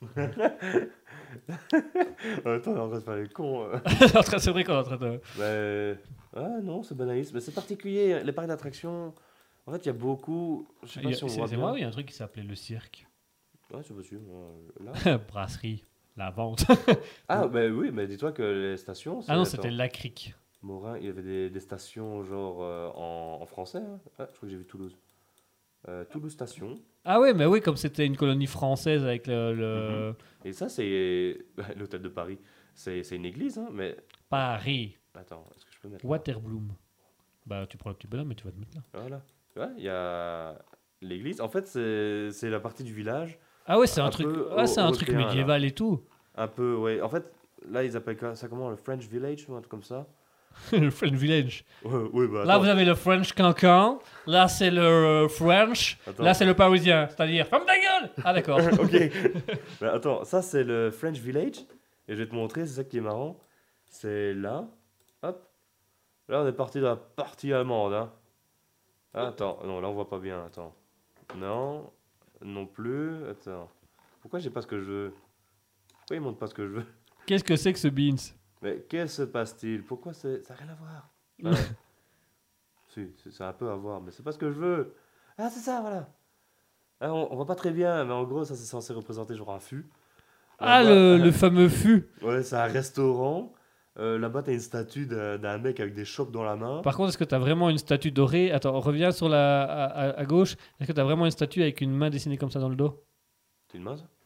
En même temps, on est en train de faire les cons. euh. C'est vrai qu'on est en train de... Mais. Ah non, c'est banaliste. Mais c'est particulier. Les parcs d'attractions. En fait, il y a beaucoup. Je sais Il pas y a- si on C'est voit c'est bien. moi, il y a un truc qui s'appelait le cirque. Ouais, c'est possible. euh, Là. Brasserie. La vente. Ah, bah oui, mais dis-toi que les stations. Ah non, c'est- c'était attends, la crique. Morin, il y avait des, des stations genre euh, en, en français. Hein. Ah, je crois que j'ai vu Toulouse. Euh, Toulouse Station. Ah ouais, mais oui, comme c'était une colonie française avec le... le- Et ça, c'est l'hôtel de Paris. C'est c'est une église, hein, mais. Paris. Attends, est-ce que je peux mettre là? Waterbloom. Bah, tu prends le petit bonhomme et tu vas te mettre là. Voilà. Ouais, il y a l'église. En fait, c'est c'est la partie du village. Ah ouais, c'est un, Un truc, peu ah, c'est un truc européen, là. médiéval et tout. Un peu, ouais. En fait, là, ils appellent ça comment? Le French Village ou un truc comme ça? Le French Village. Ouais, ouais, bah. Là, attends, vous avez le French cancan. Là, c'est le euh, French. attends. Là, c'est le parisien. C'est-à-dire, ferme ta gueule. Ah, d'accord. Ok. Mais attends, ça, c'est le French Village. Et je vais te montrer, c'est ça qui est marrant. C'est là. Hop. Là, on est parti de la partie allemande. Hein. Ah, attends, non, là, on voit pas bien. Attends. Non. Non plus. Attends. Pourquoi j'ai pas ce que je veux? Pourquoi il montre pas ce que je veux? Qu'est-ce que c'est que ce beans? Mais qu'est-ce se passe-t-il? Pourquoi c'est... ça n'a rien à voir? Ouais. Si, c'est- ça a un peu à voir, mais c'est pas ce que je veux. Ah, c'est ça, voilà. Ah, on, on voit pas très bien, mais en gros, ça c'est censé représenter genre un fût. Ah, Là-bas- le, le fameux fût. Ouais, c'est un restaurant. Euh, là-bas, t'as une statue d'un d'un mec avec des chopes dans la main. Par contre, est-ce que tu as vraiment une statue dorée? Attends, reviens sur la, à, à- à gauche. Est-ce que tu as vraiment une statue avec une main dessinée comme ça dans le dos? C'est une main, ça?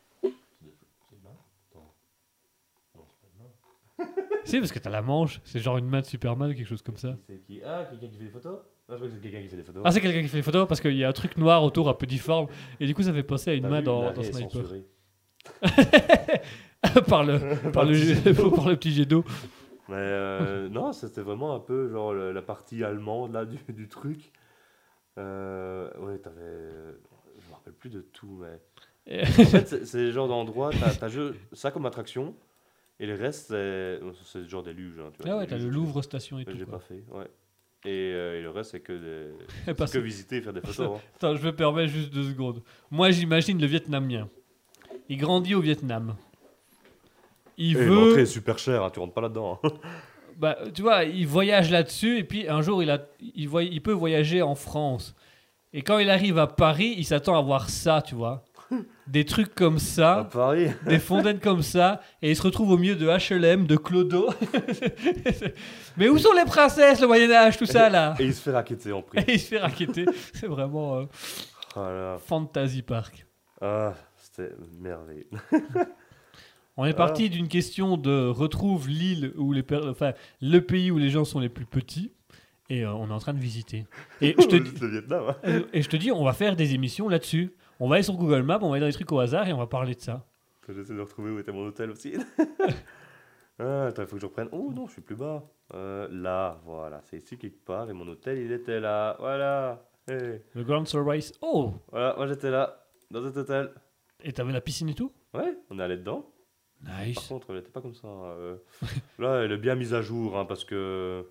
Si, parce que tu as la manche. C'est genre une main de Superman ou quelque chose comme ça. C'est qui? Ah, quelqu'un qui fait des photos? Ah, je crois que c'est quelqu'un qui fait des photos. Ah, c'est quelqu'un qui fait les photos parce qu'il y a un truc noir autour un peu difforme. Et du coup, ça fait penser à une T'as main vu, dans, l'arrêt dans est Sniper. censuré. par, le, par, le, jet- par le petit jet d'eau. Mais euh, non, c'était vraiment un peu genre le- la partie allemande là du, du truc. Euh, ouais, t'avais. Je me rappelle plus de tout, mais. Et- En fait, c'est- c'est le genre d'endroit, t'as t'as jeu- ça comme attraction, et le reste, c'est c'est genre des luges. Hein, tu vois, Ah ouais, des t'as luges le que- Louvre Station et que tout. j'ai quoi. pas fait, ouais. Et, euh, et le reste, c'est que, des... Et c'est parce que que- visiter et faire des photos. hein. Attends, je me permets juste deux secondes. Moi, j'imagine le Vietnamien. Il grandit au Vietnam. Il Et veut. l'entrée est super chère, hein, tu rentres pas là-dedans. hein. Bah, tu vois, il voyage là-dessus et puis un jour, il, a, il, voy- il peut voyager en France. Et quand il arrive à Paris, il s'attend à voir ça, tu vois. des trucs comme À ça, Paris. des fontaines comme ça, et il se retrouve au milieu de H L M, de Clodo. Mais où sont les princesses, le Moyen-Âge, tout ça là? Et il se fait raqueter en prix. Et il se fait raqueter. C'est vraiment euh, Voilà. Fantasy Park. Ah, c'était merveilleux. On est parti d'une question de retrouve l'île où les per- enfin le pays où les gens sont les plus petits et euh, on est en train de visiter. Et je te dis, Le Vietnam. Hein. euh, et je te dis, on va faire des émissions là-dessus. On va aller sur Google Maps, on va aller dans les trucs au hasard et on va parler de ça. J'essaie de retrouver où était mon hôtel aussi. Ah, attends, il faut que je reprenne. Oh non, je suis plus bas. Euh, là, voilà, c'est ici quelque part. Et mon hôtel, il était là. Voilà. Hey. Le Grand Sunrise. Oh, Voilà, moi j'étais là, dans cet hôtel. et t'avais la piscine et tout? Ouais, on est allé dedans. Par Nice. contre, elle était pas comme ça. euh. Là, elle est bien mise à jour, hein, parce que.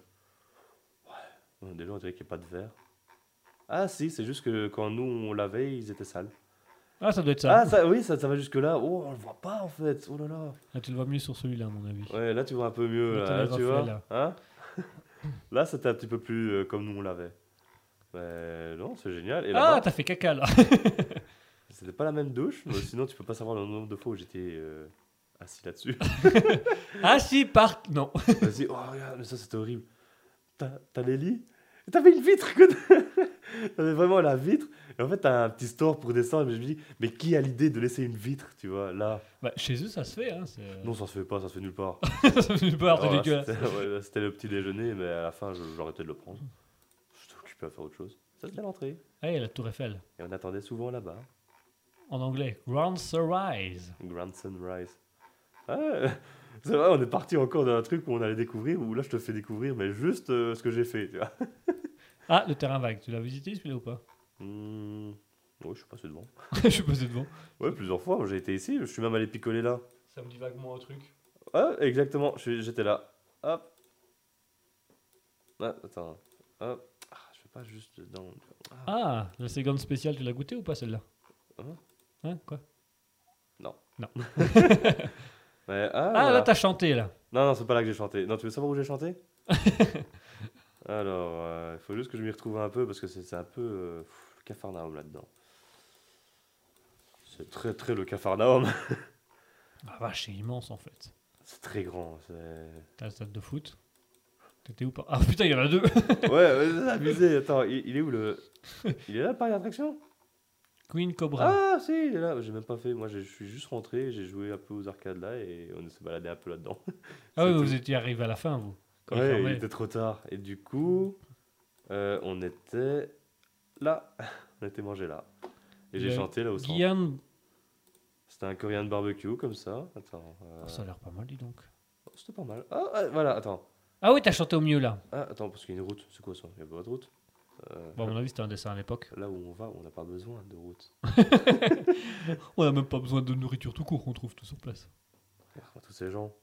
Ouais, déjà, on dirait qu'il n'y a pas de verre. Ah, si, c'est juste que quand nous on lavait, ils étaient sales. Ah, ça doit être ça. Ah, ça, oui, ça, ça va jusque-là. Oh, on le voit pas en fait. Oh là là. Là, tu le vois mieux sur celui-là, à mon avis. Ouais, là, tu vois un peu mieux. Là, Là, t'as les là, tu reflets, vois. là. Hein Là, c'était un petit peu plus euh, comme nous on l'avait. Mais non, c'est génial. Et Ah, là-bas, t'as fait caca là. c'était pas la même douche, mais sinon, tu peux pas savoir le nombre de fois où j'étais euh, assis là-dessus. Ah si, part. Non. Vas-y, oh regarde, mais ça c'était horrible. T'as t'as les lits et t'avais une vitre, quoi. T'avais vraiment la vitre. Et en fait, t'as un petit store pour descendre. Mais je me dis, mais qui a l'idée de laisser une vitre, tu vois, là? Bah, chez eux, ça se fait. Hein. C'est... Non, ça se fait pas, ça se fait nulle part. ça fait peur, c'est Alors là, dégueulasse. C'était ouais, là, c'était le petit déjeuner, mais à la fin, je- j'arrêtais de le prendre. J'étais occupé à faire autre chose. Ça, c'était l'entrée. Ah, et la Tour Eiffel. Et on attendait souvent là-bas. En anglais. Grand Sunrise. Grand Sunrise. Ah, c'est vrai, on est parti encore dans un truc où on allait découvrir, où là, je te fais découvrir, mais juste euh, ce que j'ai fait, tu vois. Ah, le terrain vague. Tu l'as visité celui-là ou pas? Hmm, ouais, je suis passé devant. Je suis passé devant. Ouais, plusieurs fois, j'ai été ici, je suis même allé picoler là. Ça me dit vaguement un truc. Ah, exactement, je suis- j'étais là. Hop. Ah, attends. Hop. Ah, je fais pas juste dans. Ah, Ah, la seconde spéciale, tu l'as goûté ou pas celle-là? Hein Hein, quoi? non. Non. Mais, ah, Ah, voilà. là, t'as chanté, là. Non, non, c'est pas là que j'ai chanté. Non, tu veux savoir où j'ai chanté? Alors, euh, il faut juste que je m'y retrouve un peu parce que c'est c'est un peu euh, pff, le Capharnaüm là-dedans. C'est très très le Capharnaüm. Ah, vache, c'est immense, en fait. C'est très grand. c'est- T'as le stade de foot. T'étais où pas? Ah, putain, il y en a deux. Ouais, ouais, c'est abusé. Attends, il, il est où le. Il est là le parc d'attraction? Queen Cobra. Ah, si, il est là. J'ai même pas fait. Moi, je suis juste rentré, j'ai joué un peu aux arcades là et on s'est baladé un peu là-dedans. Ah, oui, c'est vous tout. étiez arrivé à la fin, vous. Quand il Ouais, il fermait. était trop tard. Et du coup, euh, on était là. On était mangé là. Et j'ai Le chanté là au centre. Guyane. C'était un Korean barbecue comme ça. Attends. euh, Oh, ça a l'air pas mal, dis donc. C'était pas mal. Ah, ouais, voilà, attends. Ah oui, t'as chanté au milieu, là. Ah, attends, parce qu'il y a une route. C'est quoi ça? Il y a pas de route. Euh, Bon, à mon avis, c'était un dessin à l'époque. Là où on va, on n'a pas besoin de route. On a même pas besoin de nourriture tout court, on trouve tout sur place. Regarde tous ces gens.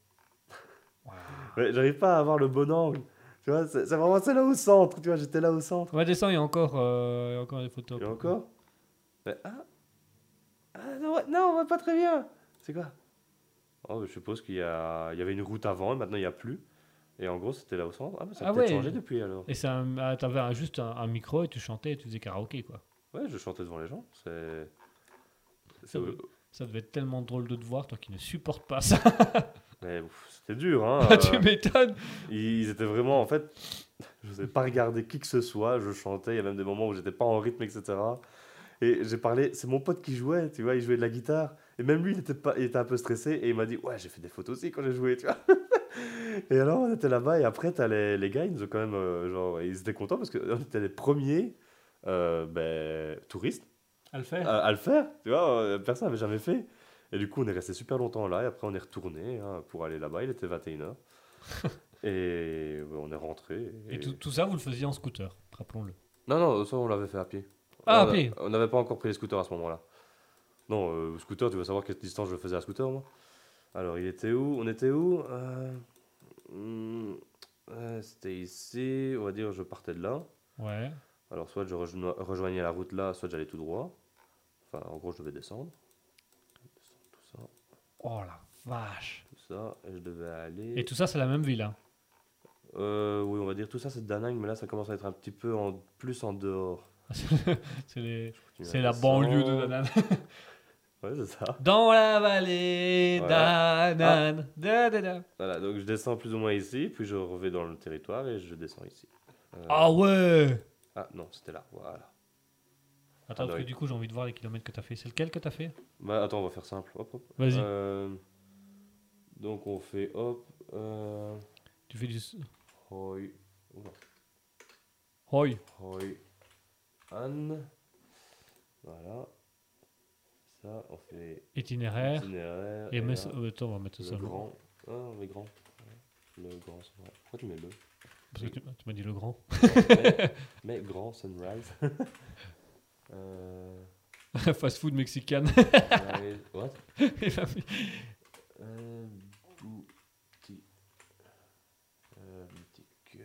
Ouais, j'arrive pas à avoir le bon angle. Tu vois, c'est c'est vraiment c'est là au centre. Tu vois, j'étais là au centre. On va descendre, il y a encore, euh, il y a encore des photos. Et encore Mais, ah, ah non, ouais, non, on va pas très bien. C'est quoi? Oh, je suppose qu'il y, a... il y avait une route avant et maintenant il n'y a plus. Et en gros, c'était là au centre. Ah, mais ça a Ah peut-être ouais. changé depuis alors. Et c'est un- ah, t'avais un- juste un, un micro et tu chantais et tu faisais karaoké, quoi. Ouais, je chantais devant les gens. C'est. Ça, c'est- veut- ça devait être tellement drôle de te voir, toi qui ne supportes pas ça. Mais ouf, c'était dur, hein. Ah, tu euh, m'étonnes. Ils étaient vraiment, en fait, je n'osais pas regarder qui que ce soit, je chantais, il y a même des moments où j'étais pas en rythme, et cetera. Et j'ai parlé, c'est mon pote qui jouait, tu vois, il jouait de la guitare, et même lui, il était, pas, il était un peu stressé, et il m'a dit, ouais, j'ai fait des photos aussi quand j'ai joué, tu vois. Et alors, on était là-bas, et après, t'as les, les gars, ils nous ont quand même, euh, genre, ils étaient contents parce qu'on était les premiers euh, ben, touristes À le faire. à, à le faire, tu vois, euh, personne n'avait jamais fait. Et du coup, on est resté super longtemps là, et après, on est retourné hein, pour aller là-bas, il était vingt et une heures. Et ouais, on est rentré. Et tout, tout ça, vous le faisiez en scooter, rappelons-le. Non, non, ça, on l'avait fait à pied. Ah, on à a- pied. On n'avait pas encore pris les scooters à ce moment-là. Non, euh, scooter, tu veux savoir quelle distance je faisais à scooter, moi? Alors, il était où? On était où? Euh, hmm, euh, C'était ici, on va dire, je partais de là. Ouais. Alors, soit je rejoignais rejoignais la route là, soit j'allais tout droit. Enfin, en gros, je devais descendre. Descendre tout ça, Oh la vache. tout ça, et je devais aller. Et tout ça, c'est la même ville, hein. Euh, oui, on va dire tout ça, c'est de Da Nang, mais là, ça commence à être un petit peu en, plus en dehors. c'est les- Continue c'est à la descendre. banlieue de Danane. Ouais, c'est ça. Dans la vallée Voilà. d'Anan. Da, da, da. Voilà, donc je descends plus ou moins ici, puis je reviens dans le territoire et je descends ici. Euh, Ah ouais. Ah non, c'était là, voilà. Attends, Ah, parce que oui. du coup, j'ai envie de voir les kilomètres que t'as fait. C'est lequel que t'as fait? Bah attends, on va faire simple. Hop, hop. Vas-y. Euh, donc on fait hop. Euh, Tu fais du. hoi. Oula. Hoi. Hoi. Anne. Voilà. Ça, on fait Itinéraire. itinéraire. Et et mets- là, euh, attends, on va mettre ça. le grand. Ah, mais grand. Le grand sunrise. Pourquoi tu mets le Parce que tu, tu m'as dit le grand. mais, mais grand sunrise. euh, Fast food mexicain. sunrise. What? Il m'a mis- Euh, boutique. Euh, boutique.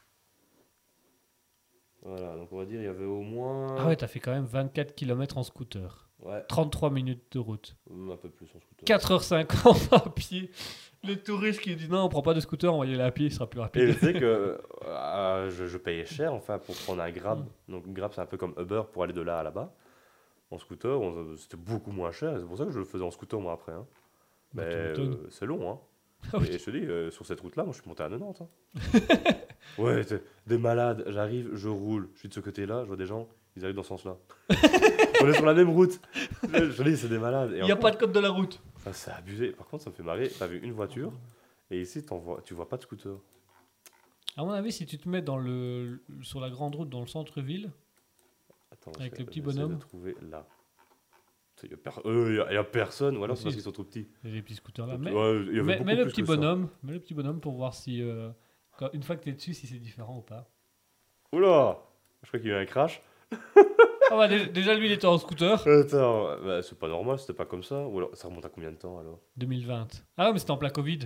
Voilà, donc on va dire il y avait au moins. Ah ouais, t'as fait quand même vingt-quatre kilomètres en scooter. Ouais, trente-trois minutes de route. un peu plus en scooter. quatre heures cinquante à pied. Le touriste qui dit non, on prend pas de scooter, on va y aller à pied, ce sera plus Et rapide. tu sais que euh, je, je payais cher enfin pour prendre un Grab. Donc Grab c'est un peu comme Uber pour aller de là à là-bas. En scooter, on- c'était beaucoup moins cher. et C'est pour ça que je le faisais en scooter moi après. Hein. Bah, Mais tu m'étonnes. euh, c'est long. Hein. Ah oui. Et je te dis, euh, sur cette route-là, moi je suis monté à quatre-vingt-dix. Hein. Ouais, t'es- des malades. J'arrive, je roule. Je suis de ce côté-là, je vois des gens, ils arrivent dans ce sens-là. On est sur la même route. Je, je te dis, c'est des malades. Et Il n'y a encore, pas de code de la route. ça, c'est abusé. Par contre, ça me fait marrer. T'as vu une voiture et ici, t'en vois, tu vois pas de scooter. À mon avis, si tu te mets dans le, sur la grande route dans le centre-ville, Attends, Avec je- le petit j'essaie bonhomme. de trouver là. Il n'y a, per- euh, y a- y a personne, ou alors c'est Si. parce qu'ils sont trop petits. il y a des petits scooters là. Ouais, Mais, il y avait mais, beaucoup mais le plus petit que ça. bonhomme, mais le petit bonhomme pour voir si euh, quand- une fois que tu es dessus, si c'est différent ou pas. Oula! Je crois qu'il y a eu un crash. Ah bah, déjà, déjà, lui il était en scooter. Attends, bah, c'est pas normal, c'était pas comme ça. Ou alors, ça remonte à combien de temps alors? deux mille vingt. Ah ouais, mais c'était en plein Covid.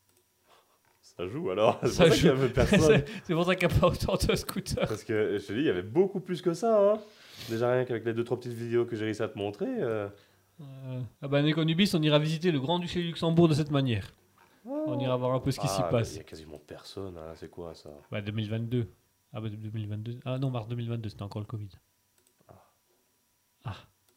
Ça joue alors? C'est Ça pour ça qu'il y joue. avait personne. c'est c'est pour ça qu'il n'y a pas autant de scooters. Parce que je te dis, il y avait beaucoup plus que ça. Hein. Déjà rien qu'avec les deux trois petites vidéos que j'ai réussi à te montrer. euh, Euh, ah bah, Nekonubis, on ira visiter le Grand-Duché du Luxembourg de cette manière. On ira voir un peu ce qui s'y ah, passe. Il y a quasiment personne. Hein. C'est quoi ça? Bah, deux mille vingt-deux. Ah bah, deux mille vingt-deux. Ah non, mars deux mille vingt-deux, c'était encore le Covid. Ah.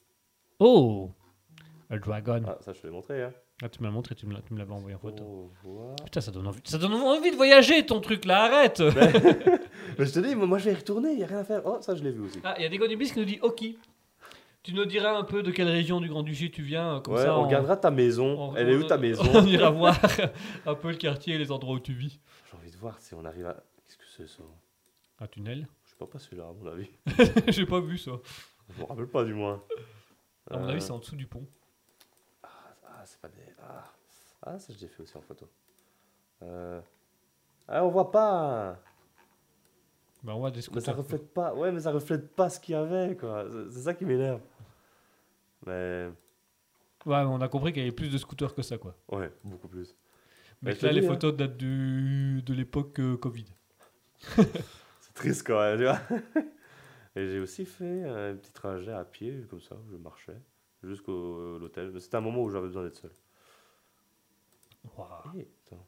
Oh! Le dragon. Ah, ça je te l'ai montré. Hein. Ah, tu me l'as montré, tu me l'as- tu me l'avais envoyé en photo. Oh, voilà. Putain, ça donne envie, ça donne envie de voyager ton truc là, arrête! Mais je te dis, moi, moi, je vais y retourner, il n'y a rien à faire. Oh, ça je l'ai vu aussi. Ah, il y a des Nekonubis qui nous dit ok. Tu nous diras un peu de quelle région du Grand-Duché tu viens, euh, comme Ouais, ça. on regardera ta maison. on- Elle est où on- ta maison? On ira voir un peu le quartier et les endroits où tu vis. J'ai envie de voir si on arrive à. Qu'est-ce que c'est ça? Un tunnel? Je sais pas passer là, à mon avis. J'ai pas vu ça. Je me rappelle pas du moins. À mon Euh, avis, c'est en dessous du pont. Ah, c'est pas des. Ah, ah ça je l'ai fait aussi en photo. Euh... Ah, on voit pas. Bah, on voit des Mais scooters. ça reflète pas. Ouais, mais ça reflète pas ce qu'il y avait, quoi. C'est- C'est ça qui m'énerve. Mais. Ouais, mais on a compris qu'il y avait plus de scooters que ça, quoi. Ouais, beaucoup plus. Mais Mais je là, te les dis, hein. photos datent du... de l'époque euh, Covid. C'est triste quand même, tu vois. Et j'ai aussi fait un petit trajet à pied, comme ça, je marchais, jusqu'au l'hôtel. Mais c'était un moment où j'avais besoin d'être seul. Waouh. Et, attends.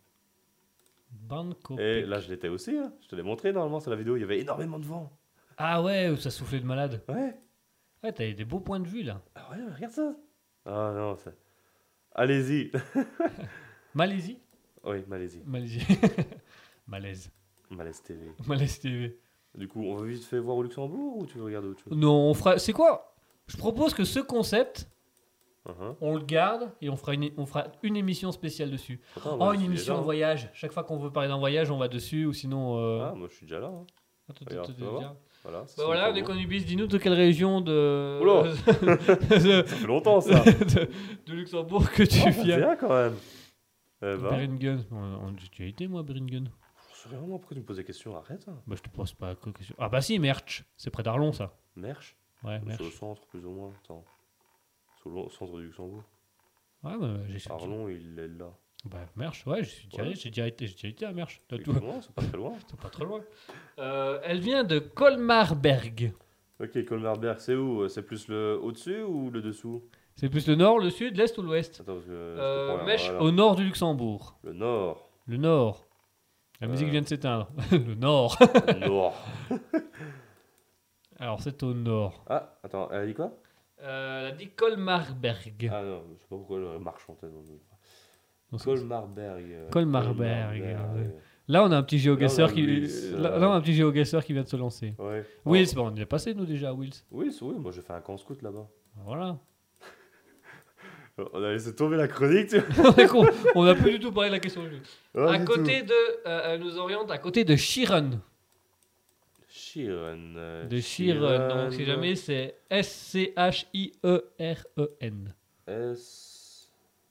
Banco. Et là, je l'étais aussi, hein. Je te l'ai montré normalement sur la vidéo, il y avait énormément de vent. Ah ouais, où ça soufflait de malade. Ouais. Ouais, t'avais des beaux points de vue, là. Ah ouais, regarde ça. Ah non, ça. Allez-y. Malaisie? Oui, Malaisie. Malaisie. Malaise. Malaise T V. Malaise T V. Du coup, on veut vite fait voir au Luxembourg ou tu veux regarder autre chose? Non, on fera... C'est quoi? Je propose que ce concept, Uh-huh. on le garde et on fera une, on fera une émission spéciale dessus. Attends, moi, Oh, je une suis émission déjà, en hein. voyage. Chaque fois qu'on veut parler d'un voyage, on va dessus ou sinon... Euh... Ah, moi je suis déjà là. hein. Attends, regarde, attends, tu vas attends, voir. attends. Voilà. ça, Bah c'est voilà, Luxembourg. Nekonubis, dis-nous de quelle région de... Oula. de... Ça fait longtemps ça. de, de Luxembourg que tu Oh, viens. bien quand même. Eh ben, Beringen. On- on- Tu as été, moi, Beringen? je sais vraiment pourquoi tu me poses des questions. Arrête. Hein. Bah, je te pose pas de question. Ah bah si, Merch. C'est près d'Arlon, ça. Merch. Ouais, C'est Merch. au centre plus ou moins. Attends. C'est au lo- centre du Luxembourg. Ouais, bah, j'ai suis Arlon, il est là. Bah, Merch, ouais, je suis déjà, Ouais. j'ai déjà été, j'ai déjà été à Merch. T'as tout. Effectivement, c'est pas très loin. C'est pas très loin. Euh, elle vient de Colmarberg. Ok, Colmarberg, c'est où? C'est plus le au-dessus ou le dessous? C'est plus le nord, le sud, l'est ou l'ouest? Attends, parce que je euh, comprends rien. Mèche Voilà. au nord du Luxembourg. Le nord. Le nord. La musique Euh. vient de s'éteindre. Le nord. Le nord. Alors, c'est au nord. Ah, attends, elle a dit quoi? Euh, elle a dit Colmarberg. Ah non, je sais pas pourquoi le marche en tête. Non, c'est- Colmarberg. euh, Colmarberg, Colmarberg, ouais. Là, on a un petit géoguesseur Là, on a qui. Wills, Là, euh, là, on a un petit géoguesseur qui vient de se lancer. Ouais. Wills, bon, on est passé nous déjà, Wills. Oui, oui, moi j'ai fait un camp scout là-bas. Voilà. On a laissé tomber la chronique, tu vois. On est con, on n'a plus du tout parlé de la question. Ouais, à du côté tout. de. euh, elle nous oriente à côté de Chiron. Chiron. euh, De Chiron. Donc, si jamais, c'est S C H I E R E N. S.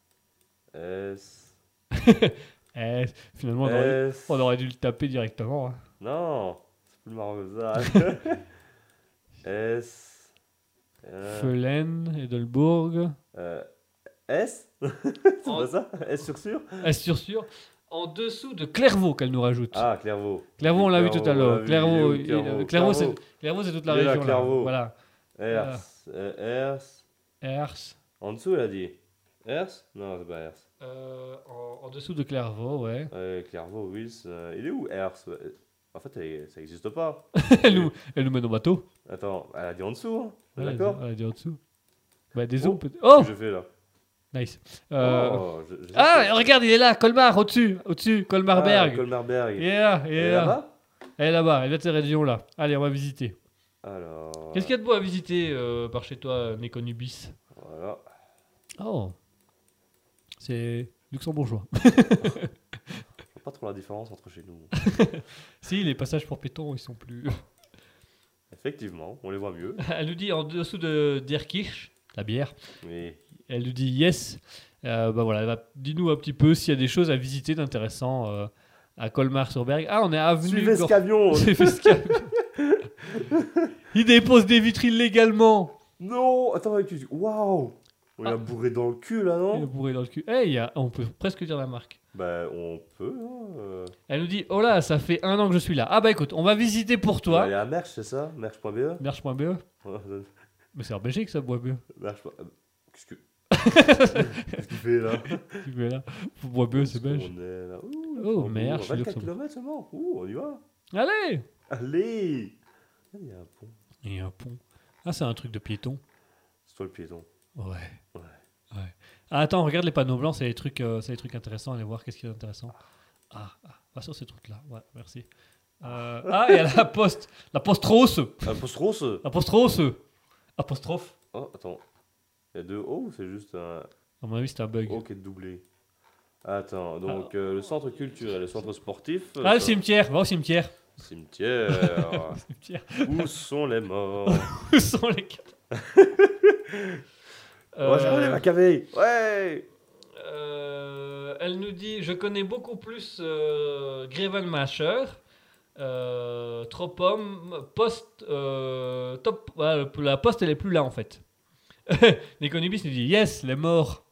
S. Eh, finalement, on aurait, S. on aurait dû le taper directement. hein. Non, c'est plus marrant que ça. S. euh, Felen, Edelbourg. euh, S. C'est En- pas ça? S sur sûr? S sur sûr. En dessous de Clairvaux qu'elle nous rajoute. Ah, Clairvaux. Clairvaux, on l'a vu tout à on l'a l'heure. vu, Clairvaux, il est où, il- euh, Clairvaux Clairvaux, c'est Clairvaux. Clairvaux, c'est toute la Il est là, région. Là. Clairvaux. Voilà. Ers. euh, Ers. Ers. En dessous, elle a dit. Ers? Non, c'est pas Ers. Euh, en, en dessous de Clairvaux, ouais. Ouais, Clairvaux, Wills. euh, il est où Ers? Ouais. En fait, elle- ça n'existe pas. elle, nous, elle nous mène au bateau. Attends, elle a dit en dessous, hein. Ouais, elle D'accord? a dit- Elle a dit en dessous. Bah, des Oh. eaux peut-être. Oh, Qu'est-ce que je fais là? nice. Euh, Oh, je- je sais Ah, pas. regarde, il est là, Colmar, au-dessus. Au-dessus, Colmarberg. Ah, Colmarberg. Il est là, il Elle est est là. là-bas? Elle est là-bas, elle vient de cette région-là. Allez, on va visiter. Alors. Qu'est-ce qu'il y a de beau à visiter euh, par chez toi, Nekonubis? Voilà. Oh, c'est luxembourgeois. Je vois pas trop la différence entre chez nous. Si, les passages pour piétons, ils sont plus. Effectivement, on les voit mieux. Elle nous dit en dessous de Dierkirch, la bière. Mais Elle nous dit yes. Euh, bah voilà, elle va- dis-nous un petit peu s'il y a des choses à visiter d'intéressant euh, à Colmar-sur-Berg. Ah, on est avenue. suivez ce Gor- camion. Suivez ce camion. Il dépose des vitrines légalement. Non, attends, tu dis. Waouh! On Ah. l'a bourré dans le cul là, Il est non? bourré dans le cul. Eh, il y a, on peut presque dire la marque. Bah, on peut. Hein, euh. Elle nous dit oh là, ça fait un an que je suis là. Ah bah écoute, on va visiter pour Elle toi. est à Merch, c'est ça? Merch point B E? Merch point B E. Mais c'est en Belgique ça, bois B E. Merch. point- euh, Qu'est-ce que. Qu'est-ce qu'il fait là? Tu veux là Bois B E, c'est belge. On est là. Ouh, Oh, Luxembourg, Merch, vingt-quatre Luxembourg. kilomètres seulement. Ouh, on y va. Allez. Allez! Ah, il y a un pont. Il y a un pont. Ah, c'est un truc de piéton. C'est toi le piéton. Ouais. Ouais. Ouais. Ah, attends, regarde les panneaux blancs, c'est des trucs, euh, c'est des trucs intéressants. Allez voir qu'est-ce qui est intéressant. Ah, ah, va sur ces trucs-là. Ouais, merci. Euh, ah, il y a la poste, la postrose, Un poste rose? la postrose, apostrophe. Oh, attends. Il y a deux O ou c'est juste un À mon avis, c'est un bug. O qui est doublé? Attends, donc euh, le centre culturel, le centre sportif. euh, Ah, le ça- cimetière, va au cimetière. Cimetière. Cimetière. Où sont les morts? Où sont les cadavres Oh, j'ai Euh, la cavé. Ouais. euh, Elle nous dit je connais beaucoup plus euh, Grevenmacher, euh, Tropom, Post, euh, Top. Voilà, le- la poste elle est plus là en fait. Nekonubis nous dit yes, les morts.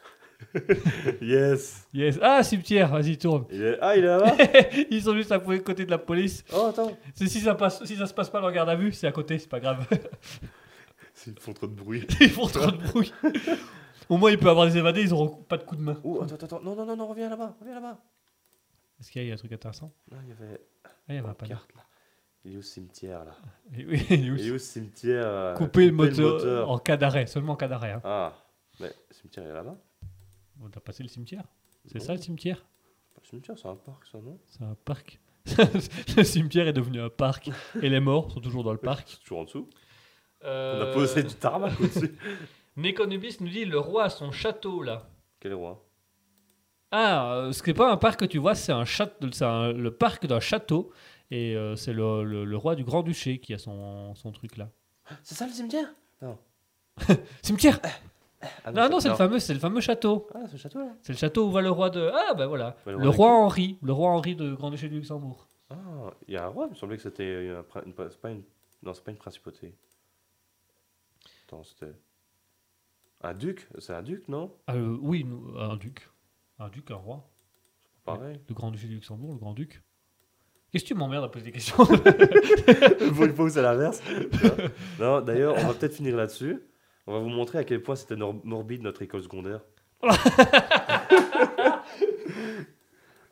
Yes. Yes. Ah, cimetière, vas-y, tourne. Il est... Ah, il est là-bas? Ils sont juste à côté de la police. Oh, attends. C'est si ça passe, si ça se passe pas dans le garde à vue, c'est à côté, c'est pas grave. Ils font trop de bruit. Ils font trop de bruit. Au moins, il peut avoir des évadés, ils auront pas de coup de main. Oh, attends, attends, attends. Non, non, non, non, reviens là-bas. Reviens là-bas. Est-ce qu'il y a un truc intéressant? Non, il y avait Ah, il y avait un une panneau. carte là. Il est au cimetière là. Et oui, il est où Il est au cimetière. euh, couper le moteur, en cas d'arrêt, seulement en cas d'arrêt. Hein. Ah, mais le cimetière il est là-bas? On a passé le cimetière. C'est Non. ça le cimetière? Le cimetière, c'est un parc ça, non? C'est un parc. Le cimetière est devenu un parc et les morts sont toujours dans le parc. C'est toujours en dessous. On Euh, a posé du tarmac au-dessus. Nekonubis nous dit le roi a son château là. Quel roi? Ah, euh, ce qui n'est pas un parc que tu vois, c'est un château, c'est un- le parc d'un château et euh, c'est le, le- le roi du Grand-Duché qui a son, son truc là. C'est ça le cimetière? Non. Cimetière. Ah, Non, non, c'est le fameux, c'est le fameux château. Ah, c'est le château là. C'est le château où va le roi de. Ah, ben voilà. Ouais, le Le roi de roi Henri, le roi Henri de Grand-Duché du Luxembourg. Ah, il y a un roi, il me semblait que c'était un prin- une, c'est pas une, non, c'est pas une principauté. Attends, c'était un duc, c'est un duc, non? Ah, euh, oui, nous- un duc. Un duc, un roi. Pareil. Le Grand-Duché du Luxembourg, le Grand-Duc. Qu'est-ce que tu m'emmerdes à poser des questions? Pour une fois où c'est l'inverse. Non, d'ailleurs, on va peut-être finir là-dessus. On va vous montrer à quel point c'était nor- morbide notre école secondaire.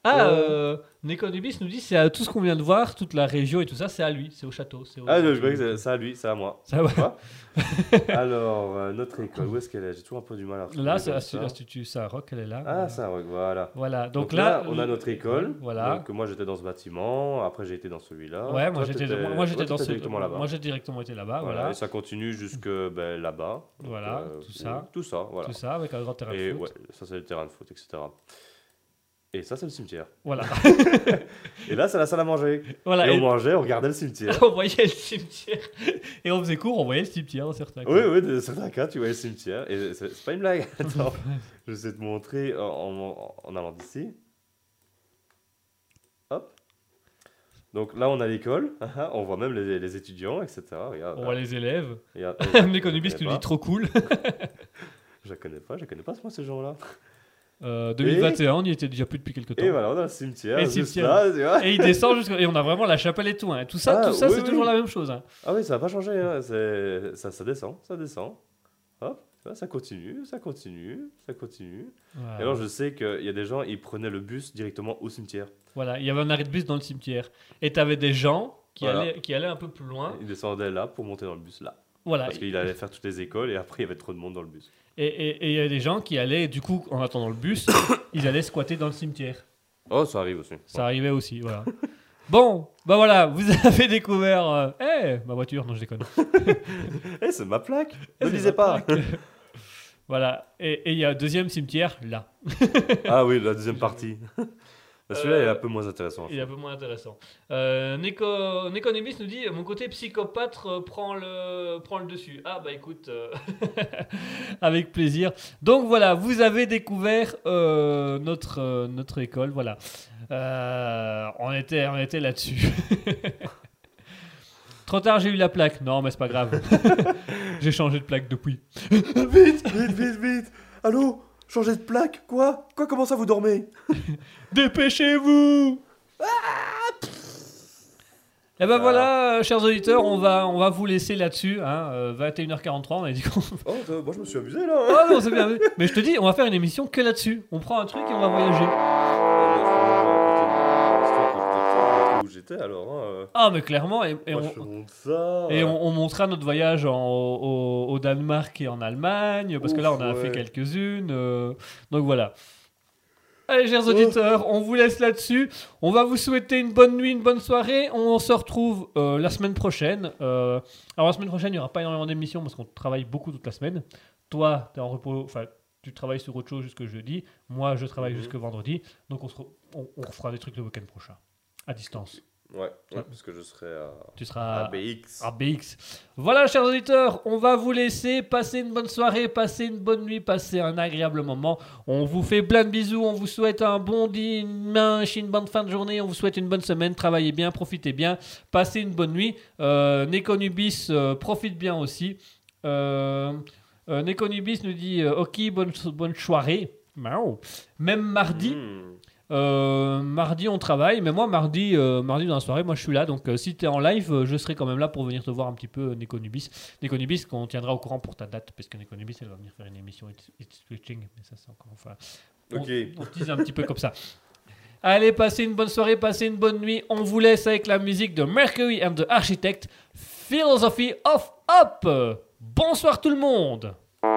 Ah, Euh. euh, Nekonubis nous dit c'est à tout ce qu'on vient de voir, toute la région et tout ça, c'est à lui, c'est au château. C'est au... Ah, non, je croyais que c'est- c'est à lui, c'est à moi. Ça va. Quoi Alors, euh, notre école, où est-ce qu'elle est? J'ai toujours un peu du mal à retrouver. Là, c'est comme l'Institut ça. l'Institut Saint-Roch, elle est là. Ah, ça, ouais, voilà. Voilà, donc, Donc, là, là, on a notre école. Voilà. Donc, moi, j'étais dans ce bâtiment. Après, j'ai été dans celui-là. Ouais, moi Toi, j'étais, t'étais- moi, moi, j'étais ouais, dans t'étais ce... directement là-bas. Moi j'ai directement été là-bas, Voilà, voilà. Et ça continue jusque ben, là-bas. Donc, Voilà, tout ça. Tout ça, voilà. Tout ça avec un grand terrain Et de foot. ouais, ça, c'est le terrain de foot, et cetera. Et ça, c'est le cimetière. Voilà. Et là, c'est la salle à manger. voilà. et Et on mangeait, on regardait le cimetière. on voyait le cimetière. Et on faisait cours, on voyait le cimetière dans certains cas. Oui, oui, dans certains cas, tu voyais le cimetière. Et c'est c'est pas une blague. Attends, je vais essayer de te montrer en, en, en allant d'ici. Hop. Donc là, on a l'école. On voit même les, les étudiants, et cetera. Regarde, On là. voit les élèves. Regarde, Nekonubis je qui la nous dit connais trop cool. pas. Je la connais pas, je la connais pas, moi, ces gens-là. Euh, deux mille vingt et un, on y était déjà plus depuis quelques temps. Et voilà, on a le cimetière. Et le juste cimetière. là, tu vois. Et il descend jusqu'à... Et on a vraiment la chapelle et tout. Hein. Tout ça, Ah, tout ça oui, c'est oui. toujours la même chose. Hein. Ah oui, ça n'a pas changé. Hein. c'est- Ça, ça descend, ça descend. Hop, tu vois, ça continue, ça continue, ça continue. Voilà. Et alors, je sais qu'il y a des gens, ils prenaient le bus directement au cimetière. Voilà, il y avait un arrêt de bus dans le cimetière. Et tu avais des gens qui, Voilà. allaient, qui allaient un peu plus loin. Ils descendaient là pour monter dans le bus là. Voilà. Parce qu'il allait faire toutes les écoles et après, il y avait trop de monde dans le bus. Et et- et il y a des gens qui allaient, du coup, en attendant le bus, ils allaient squatter dans le cimetière. Oh, ça arrive aussi. Ça arrivait aussi, voilà. Bon, bah voilà, vous avez découvert... euh, Eh, ma voiture, non, je déconne. Eh, c'est ma plaque. Eh, Ne c'est lisez ma pas. plaque. Voilà, et et il y a un deuxième cimetière, là. Ah oui, la deuxième partie. Bah, celui-là Euh, est un peu moins intéressant. Il est un peu moins intéressant. Euh, Neko, Nekonubis nous dit mon côté psychopathe euh, prend le, prend le dessus. Ah bah écoute, euh, avec plaisir. Donc voilà, vous avez découvert euh, notre, euh, notre école. Voilà. Euh, on était, on était là-dessus. Trop tard, j'ai eu la plaque. Non, mais c'est pas grave. J'ai changé de plaque depuis. Vite, vite, vite, vite. Allô? Changer de plaque? Quoi? Quoi? Comment ça vous dormez? Dépêchez-vous! Et ben voilà, euh, chers auditeurs, on va, on va vous laisser là-dessus. Hein, euh, vingt et une heures quarante-trois, on a dit qu'on... Oh, euh, moi je me suis amusé là. hein. Oh non, c'est bien. Mais je te dis, on va faire une émission que là-dessus. On prend un truc et on va voyager. Où j'étais alors hein, euh, Ah, mais clairement, et, et moi, on, je te montre ça. et on, on montrera notre voyage en- au, au Danemark et en Allemagne, parce que là, on a Ouf, fait ouais. quelques-unes. euh, donc voilà. Allez, chers auditeurs, on vous laisse là-dessus. On va vous souhaiter une bonne nuit, une bonne soirée. On se retrouve euh, la semaine prochaine. Euh, alors, la semaine prochaine, il n'y aura pas énormément d'émissions parce qu'on travaille beaucoup toute la semaine. Toi, tu es en repos, enfin, tu travailles sur autre chose jusque jeudi. Moi, je travaille Mhm. jusque vendredi. Donc, on, se re- on, on refera des trucs le week-end prochain, à distance. Ouais, ouais, parce que je serai à, Tu seras à B X. à B X. Voilà, chers auditeurs, on va vous laisser passer une bonne soirée, passer une bonne nuit, passer un agréable moment. On vous fait plein de bisous, on vous souhaite un bon dimanche, une bonne fin de journée, on vous souhaite une bonne semaine, travaillez bien, profitez bien, passez une bonne nuit. Euh, Nekonubis euh, profite bien aussi. Euh, euh, Nekonubis nous dit euh, ok, bonne, bonne soirée. Miaou. Même mardi. Hmm. Euh, mardi on travaille, mais moi mardi, euh, mardi dans la soirée, moi je suis là. Donc euh, si tu es en live, euh, je serai quand même là pour venir te voir un petit peu, euh, Nekonubis. Nekonubis, qu'on tiendra au courant pour ta date, parce que Nekonubis elle va venir faire une émission It's, It's Switching, mais ça c'est encore. Enfin, on, Ok. on tease un petit peu comme ça. Allez, passez une bonne soirée, passez une bonne nuit. On vous laisse avec la musique de Mercury and the Architect, Philosophy of Up. Bonsoir tout le monde.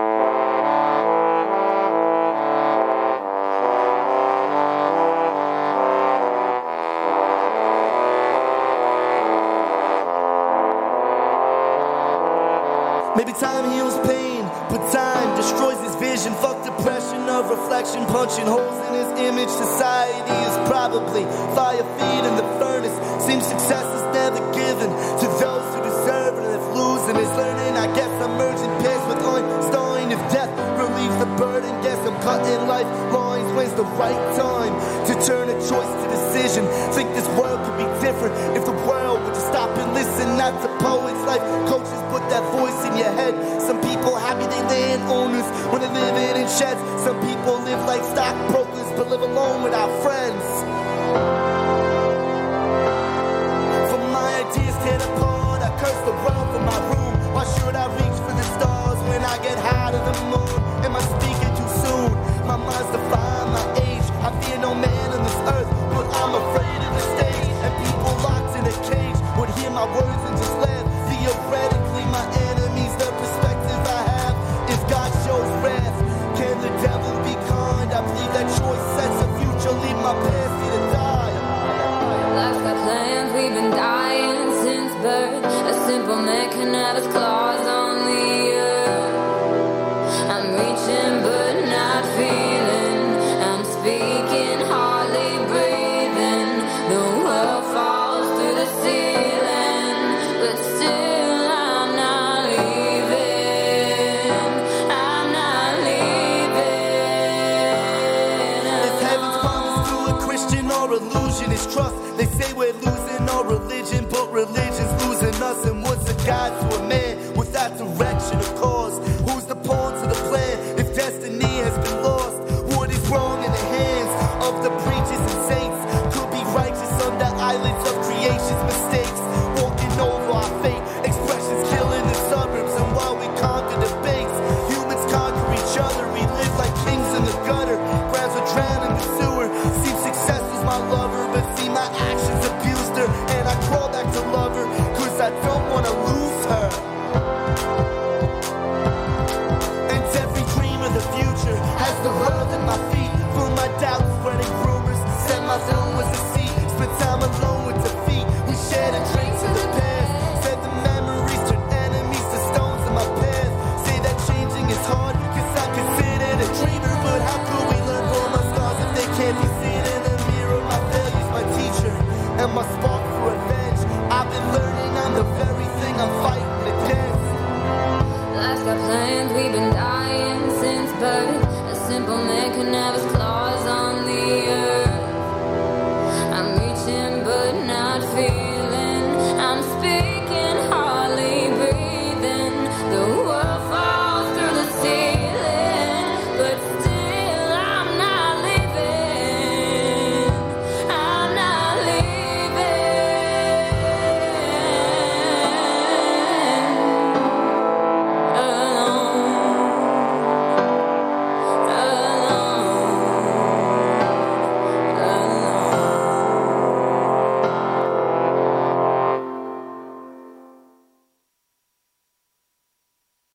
Maybe time heals pain, but time destroys his vision. Fuck depression of reflection, punching holes in his image. Society is probably fire feeding the furnace. Seems success is never given to those who deserve it. If losing is learning, I guess I'm merging pairs with Einstein. If death relieves the burden, guess I'm cutting life lines. When's the right time to turn a choice to decision? Think this world could be different if the world would just stop and listen. Not to poets, life coaches put that voice in your head. Some people happy they land owners when they live it in sheds. Some people live like stockbrokers but live alone without friends. For my ideas tear apart, I curse the world from my room. Why should I reach for the stars when I get high to the moon? Am I speaking too soon? My mind's defying my age. I fear no man on this earth. my words and just laugh. Theoretically, my enemy's the perspective I have. If God shows wrath, can the devil be kind? I believe that choice sets a future, leave my past here to die. Life's got plans, we've been dying since birth. A simple man can have his claws on the earth. I'm reaching but not feeling. I'm speaking, hardly breathing. The world falls through the ceiling, but still I'm not leaving. I'm not leaving. If heaven's promised to a Christian or illusion is trust. They say we're losing our religion, but religion's losing us. And what's a God to a man without direction or cause? Who's the pawn to the plan if destiny has been lost? What is wrong in the hands of the preachers and saints? Could be righteous under islands of creation's mistakes. Walking over our fate,